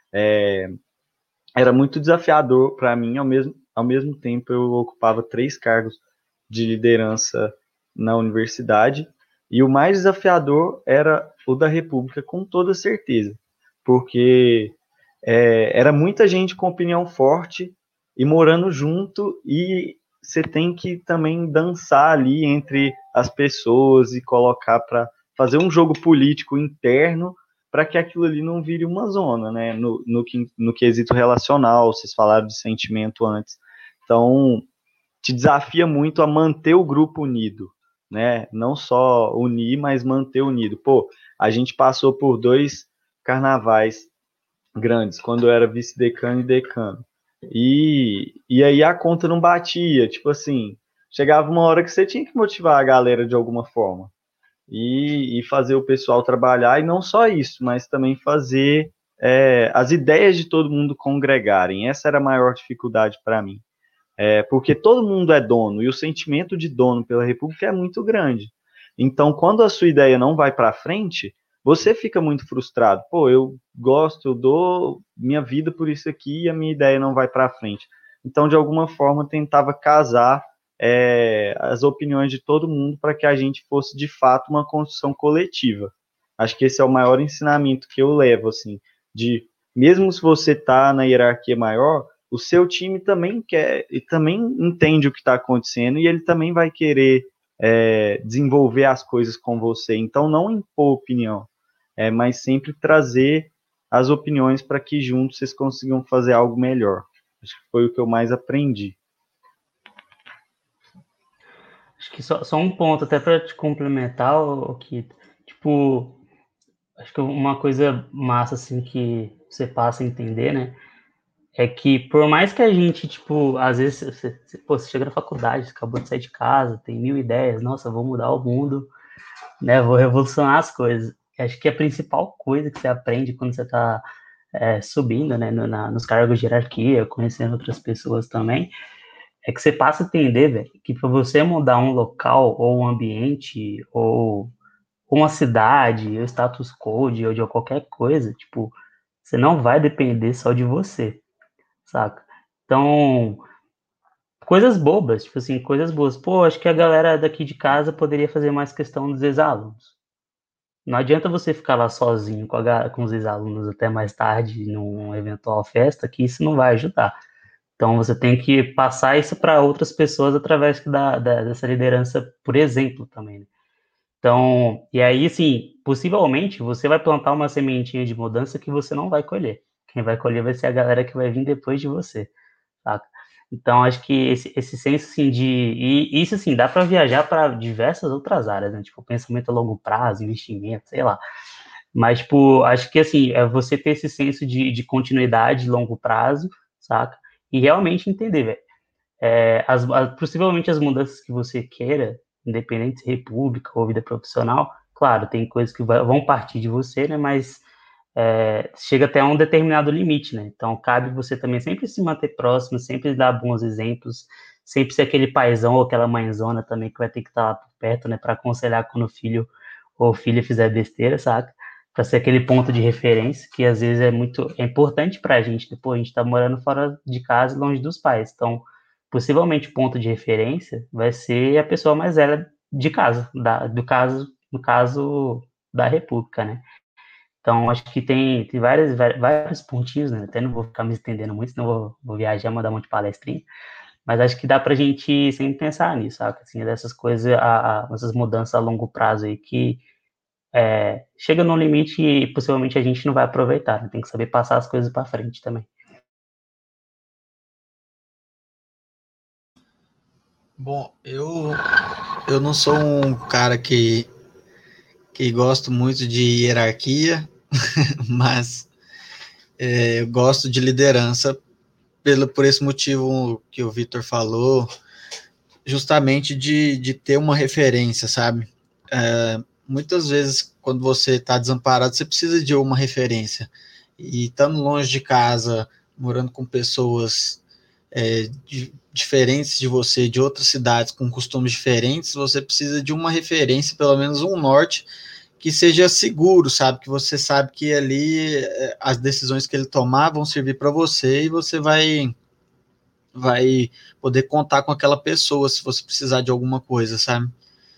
Era muito desafiador para mim, ao mesmo tempo eu ocupava 3 cargos de liderança na universidade, e o mais desafiador era o da República, com toda certeza, porque era muita gente com opinião forte e morando junto, e você tem que também dançar ali entre as pessoas e colocar para fazer um jogo político interno para que aquilo ali não vire uma zona, né? No quesito relacional, vocês falaram de sentimento antes. Então, te desafia muito a manter o grupo unido, né? Não só unir, mas manter unido. Pô, a gente passou por 2 carnavais grandes, quando eu era vice-decano e decano. E aí a conta não batia, tipo assim, chegava uma hora que você tinha que motivar a galera de alguma forma. E fazer o pessoal trabalhar, e não só isso, mas também fazer as ideias de todo mundo congregarem. Essa era a maior dificuldade para mim. Porque todo mundo é dono, e o sentimento de dono pela República é muito grande. Então, quando a sua ideia não vai para frente, você fica muito frustrado. Pô, eu gosto, eu dou minha vida por isso aqui e a minha ideia não vai para frente. Então, de alguma forma, tentava casar as opiniões de todo mundo para que a gente fosse, de fato, uma construção coletiva. Acho que esse é o maior ensinamento que eu levo, assim, de mesmo se você está na hierarquia maior, o seu time também quer e também entende o que está acontecendo, e ele também vai querer desenvolver as coisas com você. Então, não impor opinião, mas sempre trazer as opiniões para que juntos vocês consigam fazer algo melhor. Acho que foi o que eu mais aprendi. Acho que só um ponto, até para te complementar, Kito. Tipo, acho que uma coisa massa, assim, que você passa a entender, né? É que por mais que a gente, tipo, às vezes, você chega na faculdade, você acabou de sair de casa, tem 1000 ideias, nossa, vou mudar o mundo, né? Vou revolucionar as coisas. Acho que a principal coisa que você aprende quando você está subindo, né, nos cargos de hierarquia, conhecendo outras pessoas também, é que você passa a entender, velho, que para você mudar um local, ou um ambiente, ou uma cidade, ou status code, ou de qualquer coisa, tipo, você não vai depender só de você, saca? Então, coisas bobas, tipo assim, coisas boas. Pô, acho que a galera daqui de casa poderia fazer mais questão dos ex-alunos. não adianta você ficar lá sozinho com os ex-alunos até mais tarde numa eventual festa, que isso não vai ajudar. Então, você tem que passar isso para outras pessoas através dessa liderança, por exemplo, também, né? Então, e aí, sim, possivelmente, você vai plantar uma sementinha de mudança que você não vai colher. Quem vai colher vai ser a galera que vai vir depois de você, saca? Então, acho que esse senso, assim, e isso, assim, dá para viajar para diversas outras áreas, né? Tipo, pensamento a longo prazo, investimento, sei lá. Mas, tipo, acho que, assim, é você ter esse senso de continuidade, longo prazo, saca? E realmente entender, velho. Possivelmente as mudanças que você queira, independente se república ou vida profissional, claro, tem coisas que vão partir de você, né? Mas chega até um determinado limite, né? Então, cabe você também sempre se manter próximo, sempre dar bons exemplos, sempre ser aquele paizão ou aquela mãezona também que vai ter que estar lá por perto, né? Para aconselhar quando o filho ou filha fizer besteira, saca? Para ser aquele ponto de referência que às vezes é importante para a gente. Depois a gente está morando fora de casa, longe dos pais. Então, possivelmente o ponto de referência vai ser a pessoa mais velha de casa, no caso da República, né? Então, acho que tem vários pontinhos, né? Até não vou ficar me estendendo muito, senão vou viajar, mandar um monte de palestrinha. Mas acho que dá pra gente sempre pensar nisso, sabe? Assim, dessas coisas, essas mudanças a longo prazo aí que chega num limite e possivelmente a gente não vai aproveitar, né? Tem que saber passar as coisas para frente também. Bom, eu não sou um cara que gosto muito de hierarquia, mas eu gosto de liderança por esse motivo que o Vitor falou, justamente de ter uma referência, sabe? Muitas vezes, quando você está desamparado, você precisa de uma referência. E estando longe de casa, morando com pessoas diferentes de você, de outras cidades, com costumes diferentes, você precisa de uma referência, pelo menos um norte, que seja seguro, sabe? Que você sabe que ali as decisões que ele tomar vão servir para você e você vai poder contar com aquela pessoa se você precisar de alguma coisa, sabe?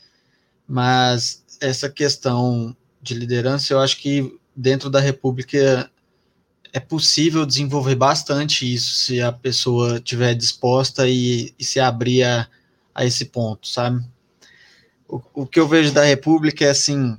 Mas essa questão de liderança, eu acho que dentro da República é possível desenvolver bastante isso se a pessoa estiver disposta e se abrir a esse ponto, sabe? O que eu vejo da República é assim,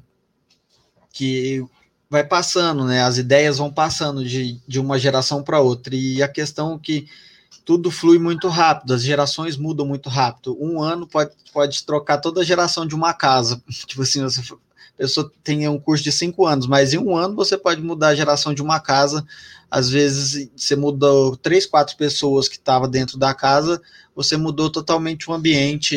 que vai passando, né? As ideias vão passando de uma geração para outra, e a questão que tudo flui muito rápido, as gerações mudam muito rápido. Um ano pode trocar toda a geração de uma casa. Tipo assim, a pessoa tem um curso de 5 anos, mas em um ano você pode mudar a geração de uma casa. Às vezes você mudou 3, 4 pessoas que estavam dentro da casa, você mudou totalmente o ambiente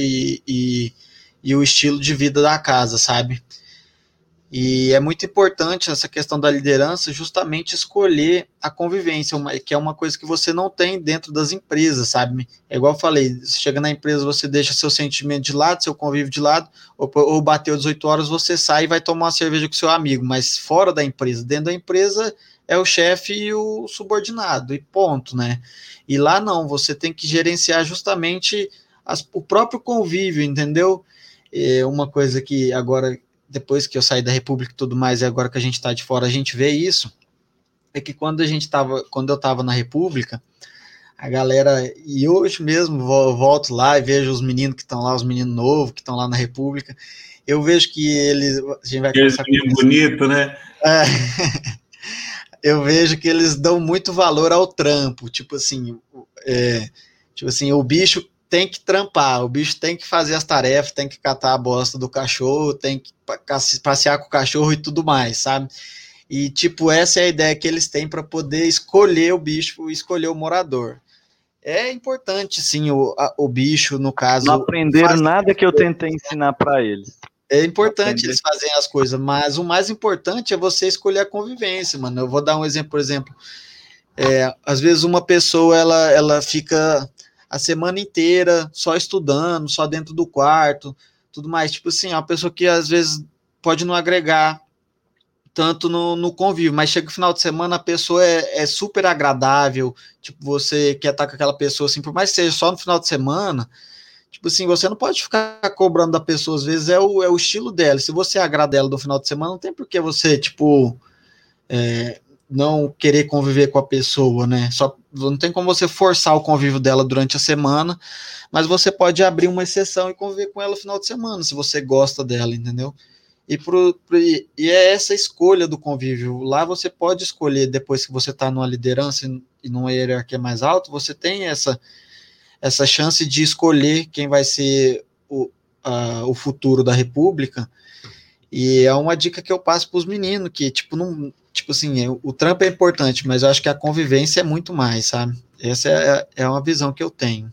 e o estilo de vida da casa, sabe? E é muito importante essa questão da liderança, justamente escolher a convivência, que é uma coisa que você não tem dentro das empresas, sabe? É igual eu falei, você chega na empresa, você deixa seu sentimento de lado, seu convívio de lado, ou bateu 18 horas, você sai e vai tomar uma cerveja com seu amigo, mas fora da empresa, dentro da empresa é o chefe e o subordinado, e ponto, né? E lá não, você tem que gerenciar justamente o próprio convívio, entendeu? É uma coisa que agora, depois que eu saí da República e tudo mais, e agora que a gente está de fora, a gente vê isso, é que quando eu estava na República, a galera, e hoje mesmo volto lá e vejo os meninos que estão lá, os meninos novos que estão lá na República, eu vejo que eles, a gente vai começar com bonito, né? Eu vejo que eles dão muito valor ao trampo, tipo assim, o bicho tem que trampar, o bicho tem que fazer as tarefas, tem que catar a bosta do cachorro, tem que passear com o cachorro e tudo mais, sabe? E, tipo, essa é a ideia que eles têm para poder escolher o bicho, escolher o morador. É importante, sim, o bicho, no caso... Não aprenderam nada que eu tentei ensinar para eles. É importante eles fazerem as coisas, mas o mais importante é você escolher a convivência, mano. Eu vou dar um exemplo, por exemplo, às vezes uma pessoa, ela fica a semana inteira só estudando, só dentro do quarto, tudo mais. Tipo assim, é uma pessoa que às vezes pode não agregar tanto no convívio, mas chega o final de semana, a pessoa é super agradável, tipo, você quer estar com aquela pessoa assim, por mais que seja só no final de semana, Tipo assim, você não pode ficar cobrando da pessoa, às vezes é o estilo dela. Se você agrada ela no final de semana, não tem por que você, tipo, não querer conviver com a pessoa, né? Só não tem como você forçar o convívio dela durante a semana, mas você pode abrir uma exceção e conviver com ela no final de semana, se você gosta dela, entendeu? E é essa escolha do convívio. Lá você pode escolher, depois que você está numa liderança e numa hierarquia mais alta, você tem essa chance de escolher quem vai ser o futuro da República. E é uma dica que eu passo para os meninos, que, tipo, não, tipo assim, o trampo é importante, mas eu acho que a convivência é muito mais, sabe? Essa é uma visão que eu tenho.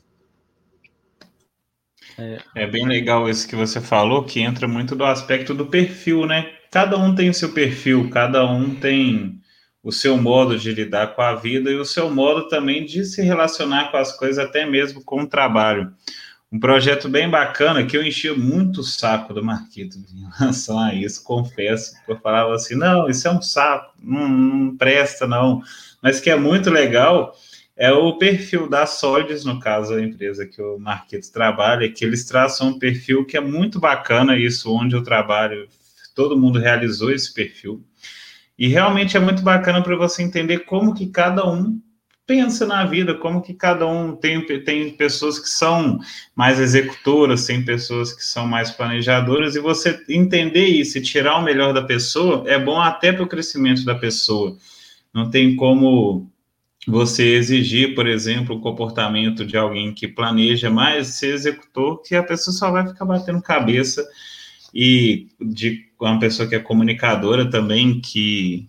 É bem legal isso que você falou, que entra muito do aspecto do perfil, né? Cada um tem seu perfil, cada um tem o seu modo de lidar com a vida e o seu modo também de se relacionar com as coisas, até mesmo com o trabalho. Um projeto bem bacana que eu enchia muito o saco do Marquito em relação a isso, confesso, que eu falava assim, não, isso é um saco, não presta não, mas que é muito legal é o perfil da Solids, no caso a empresa que o Marquito trabalha, que eles traçam um perfil que é muito bacana, isso onde eu trabalho, todo mundo realizou esse perfil, e realmente é muito bacana para você entender como que cada um pensa na vida, como que cada um tem pessoas que são mais executoras, tem pessoas que são mais planejadoras, e você entender isso e tirar o melhor da pessoa é bom até para o crescimento da pessoa. Não tem como você exigir, por exemplo, o comportamento de alguém que planeja mais ser executor, que a pessoa só vai ficar batendo cabeça, e de uma pessoa que é comunicadora também, que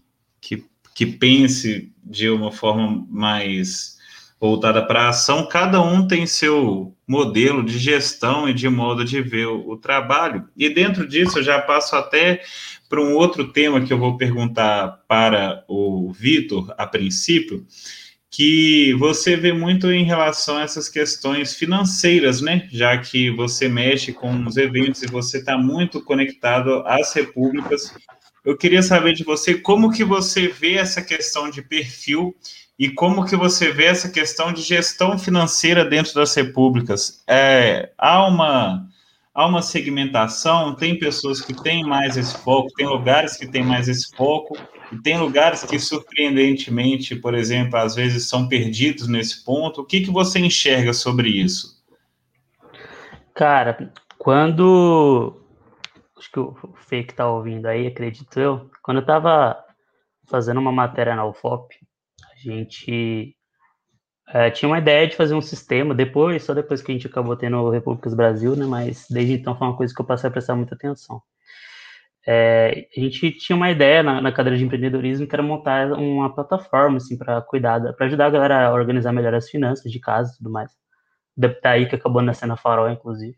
pense de uma forma mais voltada para a ação. Cada um tem seu modelo de gestão e de modo de ver o trabalho. E dentro disso, eu já passo até para um outro tema que eu vou perguntar para o Vitor, a princípio, que você vê muito em relação a essas questões financeiras, né? Já que você mexe com os eventos e você está muito conectado às repúblicas. Eu queria saber de você como que você vê essa questão de perfil e como que você vê essa questão de gestão financeira dentro das repúblicas. Há uma segmentação, tem pessoas que têm mais esse foco, tem lugares que têm mais esse foco, e tem lugares que, surpreendentemente, por exemplo, às vezes são perdidos nesse ponto. O que você enxerga sobre isso? Cara, quando... Acho que o Fê que tá ouvindo aí, acredito eu. Quando eu tava fazendo uma matéria na UFOP, a gente tinha uma ideia de fazer um sistema, só depois que a gente acabou tendo Repúblicas Brasil, né? Mas desde então foi uma coisa que eu passei a prestar muita atenção. A gente tinha uma ideia na cadeira de empreendedorismo, que era montar uma plataforma, assim, para ajudar a galera a organizar melhor as finanças de casa e tudo mais. Daí que acabou nascendo a Farol, inclusive.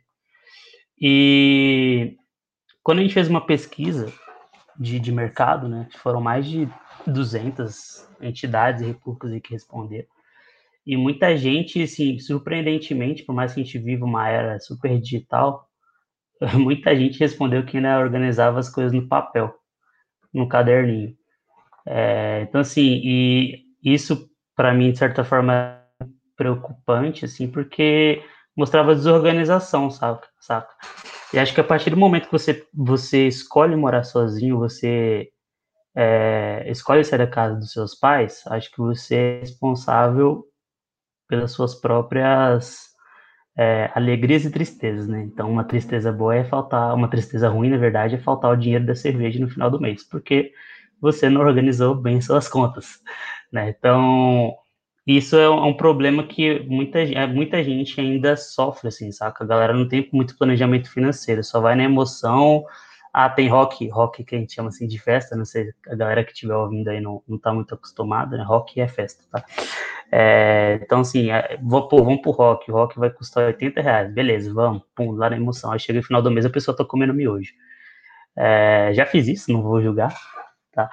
E quando a gente fez uma pesquisa de mercado, né, foram mais de 200 entidades e repúblicas aí que responderam. E muita gente, assim, surpreendentemente, por mais que a gente viva uma era super digital, muita gente respondeu que ainda organizava as coisas no papel, no caderninho. Então, assim, e isso, para mim, de certa forma, é preocupante, assim, porque mostrava desorganização, saca? E acho que a partir do momento que você escolhe morar sozinho, você escolhe sair da casa dos seus pais, acho que você é responsável pelas suas próprias alegrias e tristezas, né? Então, uma tristeza boa uma tristeza ruim, na verdade, é faltar o dinheiro da cerveja no final do mês, porque você não organizou bem suas contas, né? Então, isso é um problema que muita gente ainda sofre, assim, saca? A galera não tem muito planejamento financeiro, só vai na emoção. Tem rock que a gente chama assim de festa, não sei, a galera que estiver ouvindo aí não tá muito acostumada, né? Rock é festa, tá? Então, assim, vamos pro rock, o rock vai custar R$80, beleza, vamos, pum, lá na emoção. Aí chega no final do mês, a pessoa tá comendo miojo. Já fiz isso, não vou julgar, tá?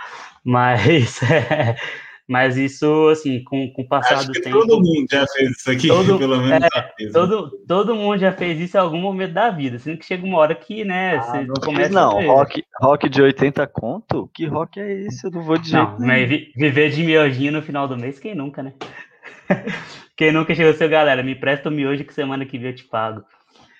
Mas isso, assim, com o passar do tempo... Todo mundo já fez isso aqui, pelo menos já fez. Todo mundo já fez isso em algum momento da vida, sendo que chega uma hora que, né, você não começa não, a... rock de 80 conto? Que rock é esse? Eu não vou de jeito Não, mas viver de miojinho no final do mês, quem nunca, né? Quem nunca chegou assim, galera, me presta o miojo que semana que vem eu te pago.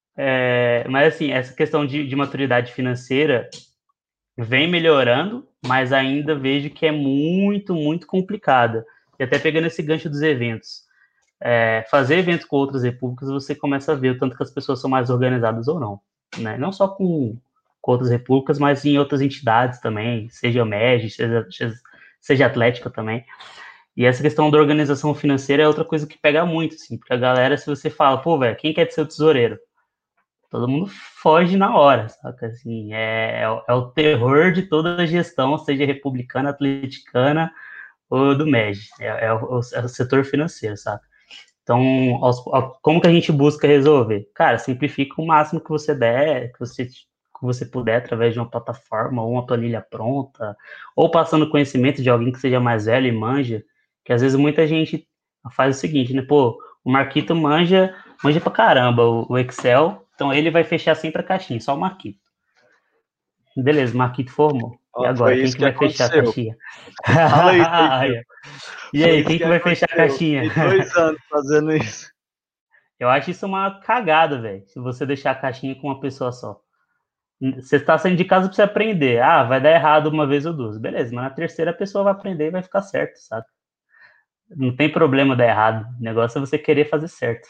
Mas assim, essa questão de maturidade financeira vem melhorando, mas ainda vejo que é muito, muito complicada. E até pegando esse gancho dos eventos. Fazer evento com outras repúblicas, você começa a ver o tanto que as pessoas são mais organizadas ou não. Né? Não só com outras repúblicas, mas em outras entidades também, seja MEG, seja Atlética também. E essa questão da organização financeira é outra coisa que pega muito, assim, porque a galera, se você fala, pô, velho, quem quer ser o tesoureiro? Todo mundo foge na hora, saca? Assim, é o terror de toda a gestão, seja republicana, atleticana ou do MEG. É o setor financeiro, saca? Então, como que a gente busca resolver? Cara, simplifica o máximo que você der, que você puder, através de uma plataforma ou uma planilha pronta, ou passando conhecimento de alguém que seja mais velho e manja, que às vezes muita gente faz o seguinte, né? Pô, o Marquito manja pra caramba o Excel, então ele vai fechar sempre a caixinha, só o Marquito. Beleza, o Marquito formou. E agora, Foi quem isso que que vai fechar a aconteceu. caixinha? Fala isso aí, Gil. E Foi aí, isso quem que vai fechar a caixinha? Fiquei 2 anos fazendo isso. Eu acho isso uma cagada, velho. Se você deixar a caixinha com uma pessoa só. Você está saindo de casa para você aprender. Ah, vai dar errado uma vez ou duas. Beleza, mas na terceira a pessoa vai aprender e vai ficar certo, sabe? Não tem problema dar errado. O negócio é você querer fazer certo.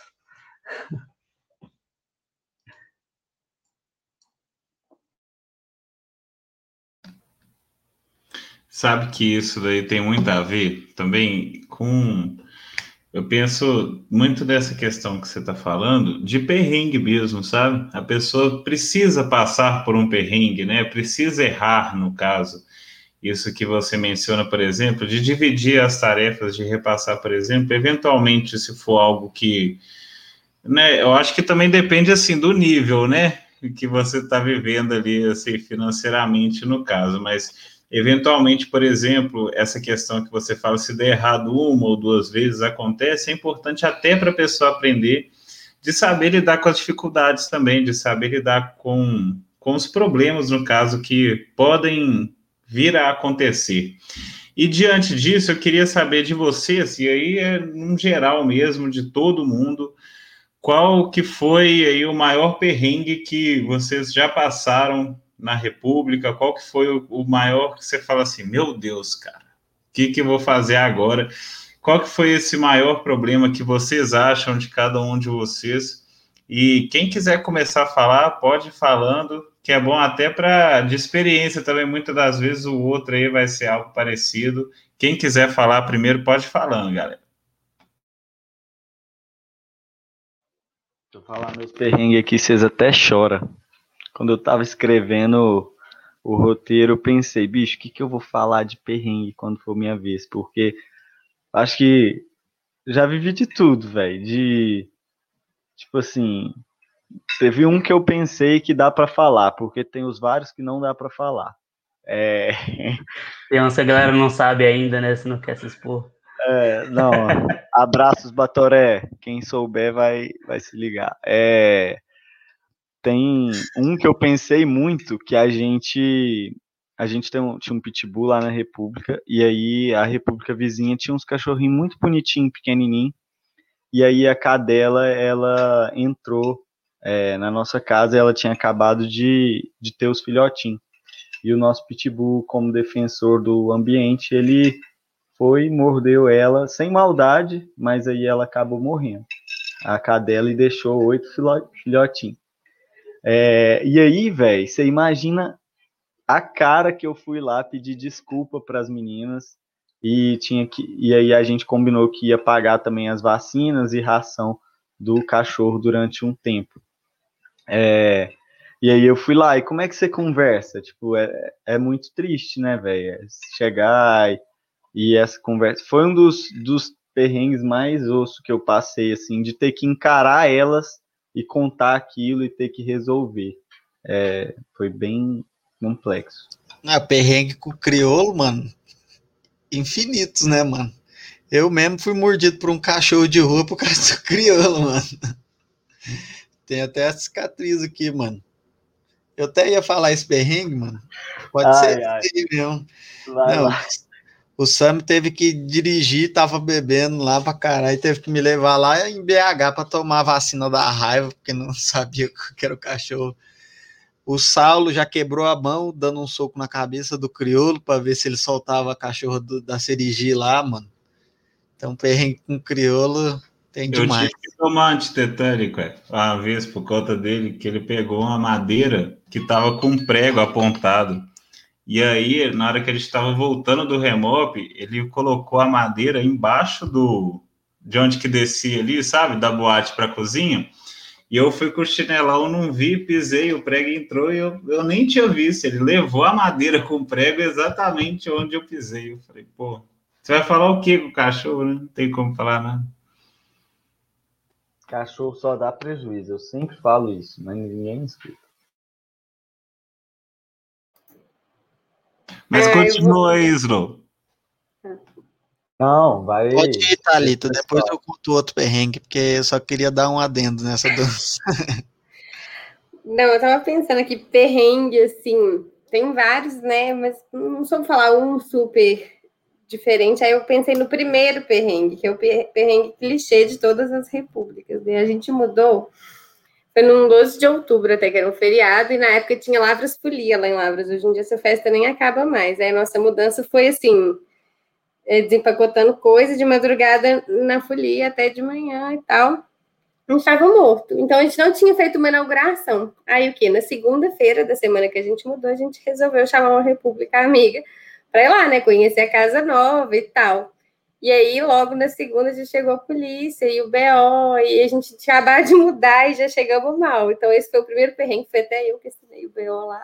Sabe que isso daí tem muito a ver também com. Eu penso muito dessa questão que você está falando, de perrengue mesmo, sabe? A pessoa precisa passar por um perrengue, né? Precisa errar, no caso. Isso que você menciona, por exemplo, de dividir as tarefas, de repassar, por exemplo, eventualmente, se for algo que, né? Eu acho que também depende, assim, do nível, né? Que você está vivendo ali, assim, financeiramente, no caso, mas eventualmente, por exemplo, essa questão que você fala, se der errado uma ou duas vezes, acontece, é importante até para a pessoa aprender de saber lidar com as dificuldades também, de saber lidar com os problemas, no caso, que podem vir a acontecer. E diante disso, eu queria saber de vocês, e aí é num geral mesmo, de todo mundo, qual que foi aí o maior perrengue que vocês já passaram na República? Qual que foi o maior que você fala assim, meu Deus, cara, o que eu vou fazer agora? Qual que foi esse maior problema que vocês acham de cada um de vocês? E quem quiser começar a falar, pode ir falando, que é bom até para de experiência também, muitas das vezes o outro aí vai ser algo parecido. Quem quiser falar primeiro, pode ir falando, galera. Deixa eu falar meus perrengues aqui, vocês até choram. Quando eu tava escrevendo o roteiro, eu pensei, bicho, o que eu vou falar de perrengue quando for minha vez? Porque acho que já vivi de tudo, velho. Tipo assim, teve um que eu pensei que dá pra falar, porque tem os vários que não dá pra falar. Tem uns que a galera não sabe ainda, né? Se não quer se expor. Não, abraços, Batoré. Quem souber vai se ligar. Tem um que eu pensei muito, que a gente tinha um pitbull lá na República, e aí a República vizinha tinha uns cachorrinhos muito bonitinhos, pequenininhos, e aí a cadela, ela entrou na nossa casa, ela tinha acabado de ter os filhotinhos, e o nosso pitbull, como defensor do ambiente, ele foi, mordeu ela, sem maldade, mas aí ela acabou morrendo, a cadela, e deixou 8 filhotinhos. E aí, velho, você imagina a cara que eu fui lá pedir desculpa para as meninas e aí a gente combinou que ia pagar também as vacinas e ração do cachorro durante um tempo. E aí eu fui lá, e como é que você conversa? Tipo, é muito triste, né, velho? Chegar e essa conversa. Foi um dos perrengues mais osso que eu passei, assim, de ter que encarar elas e contar aquilo e ter que resolver. Foi bem complexo. Perrengue com o crioulo, mano, infinitos, né, mano? Eu mesmo fui mordido por um cachorro de rua por causa do crioulo, mano. Tem até a cicatriz aqui, mano. Eu até ia falar esse perrengue, mano. Pode ser esse aí mesmo. Vai Não, lá. O Sam teve que dirigir, tava bebendo lá pra caralho, teve que me levar lá em BH pra tomar a vacina da raiva, porque não sabia que era o cachorro. O Saulo já quebrou a mão, dando um soco na cabeça do crioulo pra ver se ele soltava a cachorra da Serigi lá, mano. Então, perrengue com crioulo tem Eu demais. tive que tomar antitetânico, uma vez por conta dele, que ele pegou uma madeira que tava com um prego apontado. E aí, na hora que ele estava voltando do remope, ele colocou a madeira embaixo de onde que descia ali, sabe? Da boate para a cozinha. E eu fui com o chinelão, não vi, pisei, o prego entrou e eu nem tinha visto. Ele levou a madeira com o prego exatamente onde eu pisei. Eu falei, pô, você vai falar o quê com o cachorro, né? Não tem como falar nada. Cachorro só dá prejuízo, eu sempre falo isso, mas ninguém escuta. Mas continua aí, Slow. Não, vai. Pode ir, Thalita, depois eu conto outro perrengue, porque eu só queria dar um adendo nessa dança. Não, eu tava pensando aqui, perrengue, assim, tem vários, né? Mas não soube falar um super diferente. Aí eu pensei no primeiro perrengue, que é o perrengue clichê de todas as repúblicas. E a gente mudou, foi num 12 de outubro até, que era um feriado, e na época tinha Lavras Folia lá em Lavras. Hoje em dia essa festa nem acaba mais. Aí a nossa mudança foi assim, desempacotando coisas de madrugada na folia até de manhã e tal. Não estava morto. Então a gente não tinha feito uma inauguração. Aí o quê? Na segunda-feira da semana que a gente mudou, a gente resolveu chamar uma república amiga para ir lá, né? Conhecer a casa nova e tal. E aí, logo na segunda, já chegou a polícia e o BO, e a gente tinha acabado de mudar e já chegamos mal. Então, esse foi o primeiro perrengue, foi até eu que assinei o BO lá.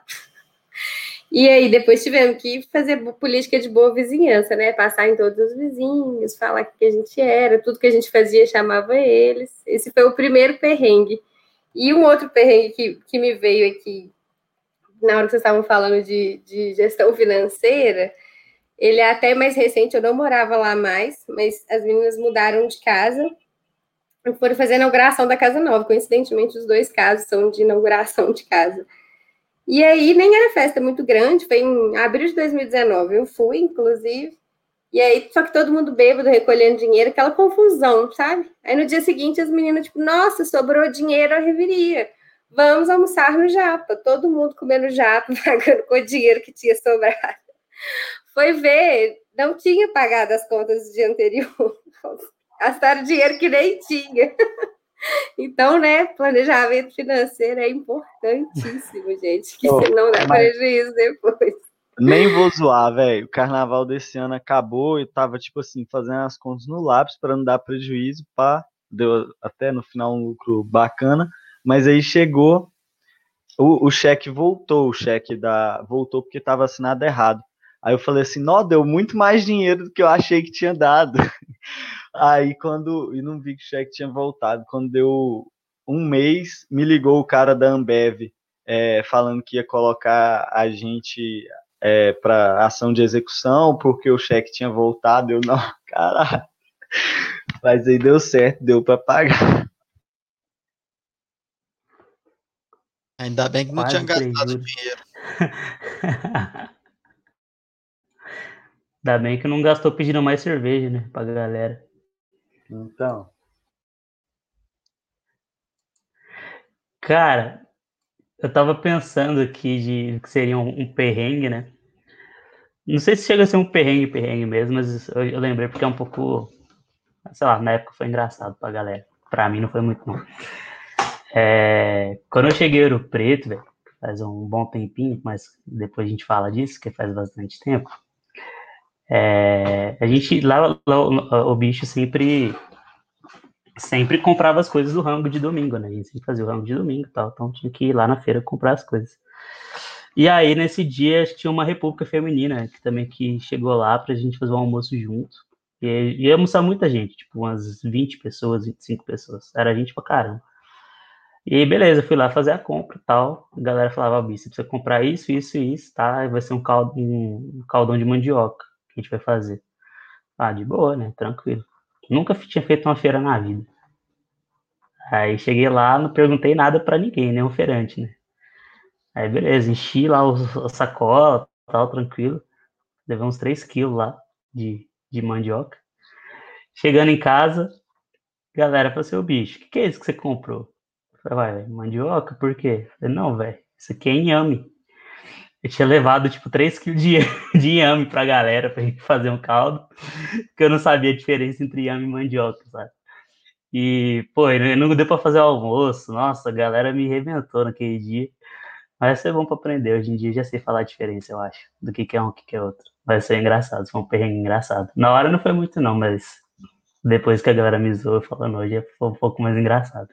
E aí, depois tivemos que fazer política de boa vizinhança, né? Passar em todos os vizinhos, falar o que a gente era, tudo que a gente fazia chamava eles. Esse foi o primeiro perrengue. E um outro perrengue que me veio aqui, na hora que vocês estavam falando de gestão financeira, ele é até mais recente, eu não morava lá mais, mas as meninas mudaram de casa e foram fazer a inauguração da casa nova. Coincidentemente, os dois casos são de inauguração de casa. E aí nem era festa muito grande, foi em abril de 2019. Eu fui, inclusive. E aí, só que todo mundo bêbado, recolhendo dinheiro, aquela confusão, sabe? Aí no dia seguinte as meninas, tipo, nossa, sobrou dinheiro à reveria. Vamos almoçar no Japa. Todo mundo comendo Japa, pagando com o dinheiro que tinha sobrado. Foi ver, não tinha pagado as contas do dia anterior. Gastaram dinheiro que nem tinha. Então, né, planejamento financeiro é importantíssimo, gente, que não dá prejuízo depois. Nem vou zoar, velho. O carnaval desse ano acabou e eu tava, tipo assim, fazendo as contas no lápis para não dar prejuízo, pá. Deu até no final um lucro bacana, mas aí chegou, o cheque voltou, voltou porque tava assinado errado. Aí eu falei assim, não, deu muito mais dinheiro do que eu achei que tinha dado. Aí e não vi que o cheque tinha voltado. Quando deu um mês, me ligou o cara da Ambev, falando que ia colocar a gente para ação de execução, porque o cheque tinha voltado. Eu, não, caralho. Mas aí deu certo, deu para pagar. Ainda bem que não tinha gastado dinheiro. Ainda bem que não gastou pedindo mais cerveja, né, pra galera. Então. Cara, eu tava pensando aqui que seria um perrengue, né? Não sei se chega a ser um perrengue mesmo, mas eu lembrei porque é um pouco, sei lá, na época foi engraçado pra galera. Pra mim não foi muito, não. Quando eu cheguei em Ouro Preto, velho, faz um bom tempinho, mas depois a gente fala disso, que faz bastante tempo. A gente, lá o bicho sempre comprava as coisas do rango de domingo, né? A gente sempre fazia o rango de domingo e tal, então tinha que ir lá na feira comprar as coisas. E aí, nesse dia, tinha uma república feminina que chegou lá pra gente fazer um almoço junto. E ia almoçar muita gente, tipo umas 20 pessoas, 25 pessoas. Era gente pra caramba. E aí, beleza, fui lá fazer a compra e tal. A galera falava, Bi, você precisa comprar isso, isso e isso, tá? E vai ser um caldão de mandioca que a gente vai fazer. Ah, de boa, né? Tranquilo. Nunca tinha feito uma feira na vida. Aí cheguei lá, não perguntei nada pra ninguém, nem o feirante, né? Aí beleza, enchi lá a sacola, tal, tranquilo. Levei uns 3 quilos lá. de mandioca. Chegando em casa, a galera falou assim, ô bicho, o que é isso que você comprou? Eu falei, vai, mandioca, por quê? Eu falei, não, velho, isso aqui é inhame. Eu tinha levado, tipo, 3 quilos de inhame pra galera pra gente fazer um caldo, porque eu não sabia a diferença entre inhame e mandioca, sabe? E, pô, não deu pra fazer o almoço, nossa, a galera me arrebentou naquele dia. Mas vai ser bom pra aprender, hoje em dia já sei falar a diferença, eu acho, do que é um, o que é outro. Vai ser engraçado, foi um perrengue engraçado. Na hora não foi muito não, mas depois que a galera me zoou falando hoje, foi um pouco mais engraçado.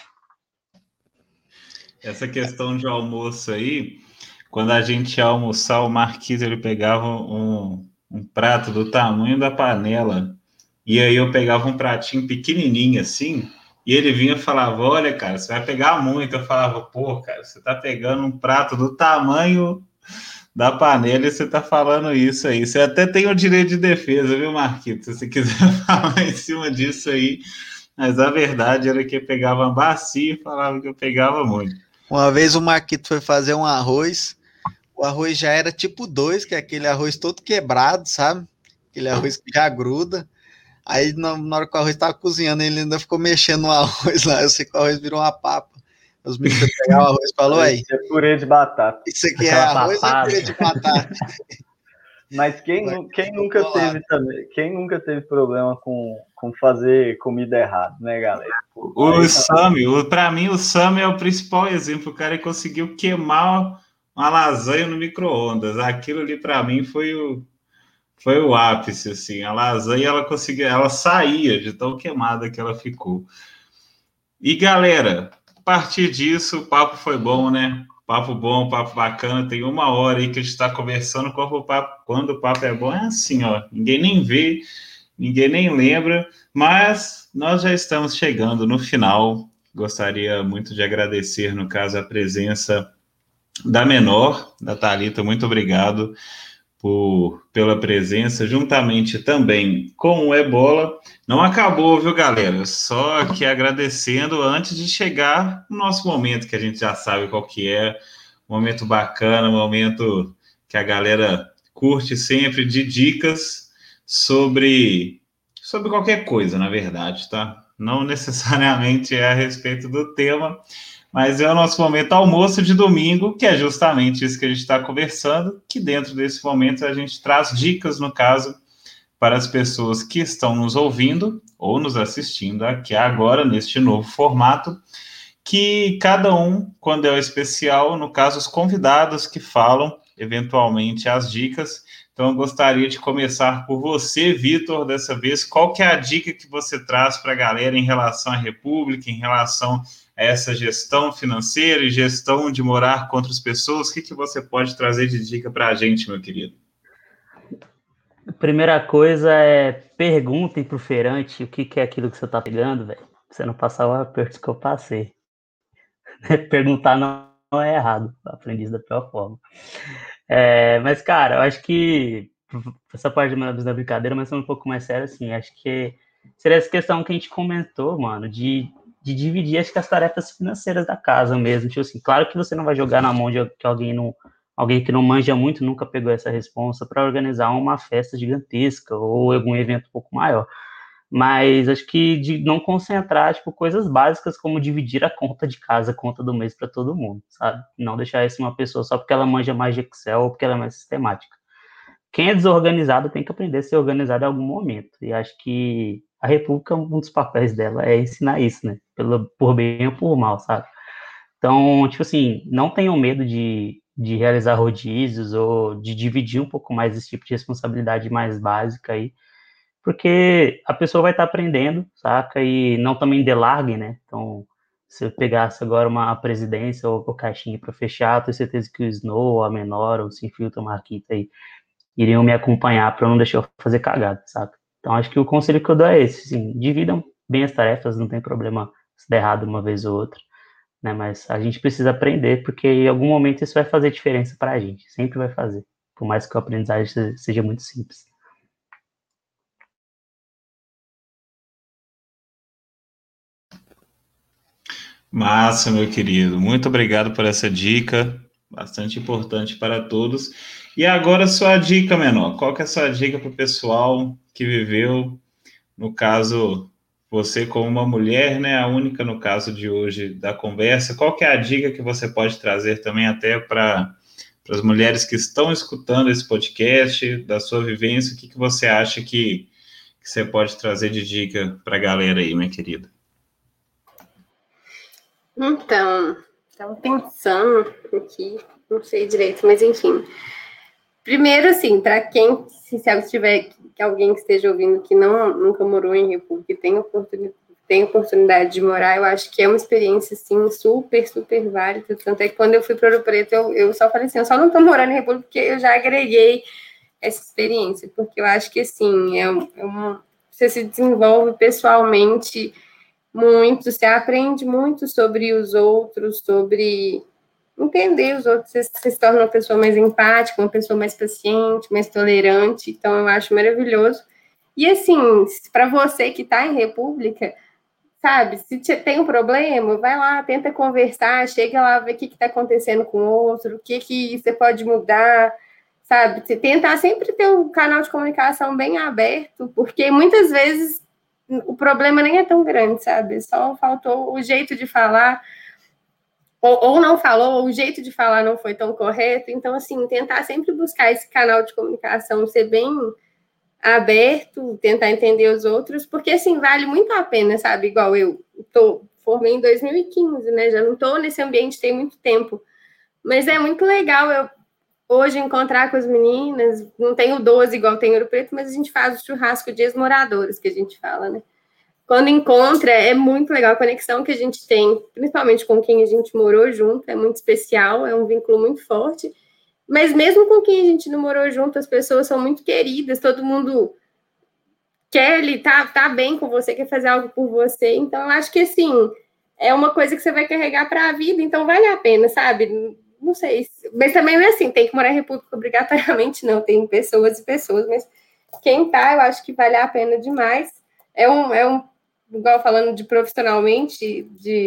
Essa questão de almoço aí, quando a gente ia almoçar, o Marquinhos ele pegava um prato do tamanho da panela, e aí eu pegava um pratinho pequenininho assim, e ele vinha e falava, olha, cara, você vai pegar muito. Eu falava, pô, cara, você tá pegando um prato do tamanho da panela e você tá falando isso aí. Você até tem o direito de defesa, viu, Marquinhos? Se você quiser falar em cima disso aí, mas a verdade era que eu pegava uma bacia e falava que eu pegava muito. Uma vez o Marquito foi fazer um arroz, o arroz já era tipo 2, que é aquele arroz todo quebrado, sabe? Aquele arroz que já gruda. Aí na hora que o arroz estava cozinhando, ele ainda ficou mexendo no arroz lá. Eu sei que o arroz virou uma papa. Os meninos foram pegar o arroz e falaram, aí, É purê de batata. isso aqui é Aquela arroz ou é papada. purê de batata? Mas quem nunca teve também, quem nunca teve problema com fazer comida errada, né, galera? O Sami, para mim, o Sami é o principal exemplo. O cara conseguiu queimar uma lasanha no micro-ondas. Aquilo ali, para mim, foi o ápice, assim. A lasanha, ela conseguia, ela saía de tão queimada que ela ficou. E, galera, a partir disso, o papo foi bom, né? Papo bom, papo bacana. Tem 1 hora aí que a gente está conversando. Quando o papo é bom, é assim, ó. Ninguém nem vê, ninguém nem lembra, mas nós já estamos chegando no final. Gostaria muito de agradecer, no caso, a presença da Menor, da Thalita. Muito obrigado pela presença, juntamente também com o Ebola. Não acabou, viu, galera? Só que agradecendo antes de chegar o nosso momento, que a gente já sabe qual que é, momento bacana, momento que a galera curte sempre, de dicas sobre qualquer coisa, na verdade, tá? Não necessariamente é a respeito do tema, mas é o nosso momento almoço de domingo, que é justamente isso que a gente está conversando, que dentro desse momento a gente traz dicas, no caso, para as pessoas que estão nos ouvindo ou nos assistindo aqui agora, neste novo formato, que cada um, quando é o especial, no caso, os convidados que falam, eventualmente, as dicas. Então, eu gostaria de começar por você, Vitor, dessa vez. Qual que é a dica que você traz para a galera em relação à República, em relação a essa gestão financeira e gestão de morar com outras pessoas? O que você pode trazer de dica para a gente, meu querido? A primeira coisa é perguntem pro feirante o que é aquilo que você tá pegando, velho. Pra você não passar o aperto que eu passei. Perguntar não é errado. Aprendi isso da pior forma. Mas, cara, eu acho que essa parte da brincadeira, mas sendo um pouco mais sério, assim, acho que seria essa questão que a gente comentou, mano, de dividir, acho que as tarefas financeiras da casa mesmo. Tipo assim, claro que você não vai jogar na mão de que alguém que não manja muito, nunca pegou essa responsa para organizar uma festa gigantesca ou algum evento um pouco maior. Mas acho que de não concentrar, tipo, coisas básicas como dividir a conta de casa, a conta do mês para todo mundo, sabe? Não deixar isso uma pessoa só porque ela manja mais de Excel ou porque ela é mais sistemática. Quem é desorganizado tem que aprender a ser organizado em algum momento. E acho que a República, um dos papéis dela é ensinar isso, né? Por bem ou por mal, sabe? Então, tipo assim, não tenham medo de realizar rodízios ou de dividir um pouco mais esse tipo de responsabilidade mais básica aí, porque a pessoa vai estar aprendendo, saca? E não também delarguem, né? Então, se eu pegasse agora uma presidência ou caixinha para fechar, eu tenho certeza que o Snow, a Menor, o Sem Filtro, o Marquita aí, iriam me acompanhar para não deixar eu fazer cagada, saca? Então, acho que o conselho que eu dou é esse, assim, dividam bem as tarefas, não tem problema se der errado uma vez ou outra, né? Mas a gente precisa aprender, porque em algum momento isso vai fazer diferença para a gente, sempre vai fazer, por mais que o aprendizagem seja muito simples. Massa, meu querido. Muito obrigado por essa dica. bastante importante para todos. E agora sua dica, Menor. Qual que é a sua dica para o pessoal que viveu, no caso, você como uma mulher, né, a única no caso de hoje da conversa, qual que é a dica que você pode trazer também até para as mulheres que estão escutando esse podcast, da sua vivência, o que você acha que você pode trazer de dica para a galera aí, minha querida? Então, estava pensando aqui, não sei direito, mas enfim. Primeiro, assim, para quem, se tiver alguém que esteja ouvindo que nunca morou em República e tem oportunidade de morar, eu acho que é uma experiência, assim, super, super válida. Tanto é que quando eu fui para Ouro Preto, eu só falei assim, eu só não estou morando em República porque eu já agreguei essa experiência, porque eu acho que, assim, você se desenvolve pessoalmente muito, você aprende muito sobre os outros, sobre entender os outros, você se torna uma pessoa mais empática, uma pessoa mais paciente, mais tolerante, então eu acho maravilhoso. E assim, para você que está em República, sabe, se tem um problema, vai lá, tenta conversar, chega lá, ver o que está acontecendo com o outro, o que você pode mudar, sabe, você tentar sempre ter um canal de comunicação bem aberto, porque muitas vezes o problema nem é tão grande, sabe, só faltou o jeito de falar, ou não falou, ou o jeito de falar não foi tão correto. Então, assim, tentar sempre buscar esse canal de comunicação, ser bem aberto, tentar entender os outros, porque, assim, vale muito a pena, sabe? Igual eu formei em 2015, né? Já não estou nesse ambiente tem muito tempo. Mas é muito legal eu hoje encontrar com as meninas. Não tenho 12 igual tem Ouro Preto, mas a gente faz o churrasco de ex-moradores, que a gente fala, né? Quando encontra, é muito legal a conexão que a gente tem, principalmente com quem a gente morou junto, é muito especial, é um vínculo muito forte. Mas mesmo com quem a gente não morou junto, as pessoas são muito queridas, todo mundo quer tá bem com você, quer fazer algo por você. Então, eu acho que, assim, é uma coisa que você vai carregar para a vida, então vale a pena, sabe? Não sei, mas também não é assim, tem que morar em República obrigatoriamente, não, tem pessoas e pessoas, mas quem tá, eu acho que vale a pena demais. É um igual falando de profissionalmente,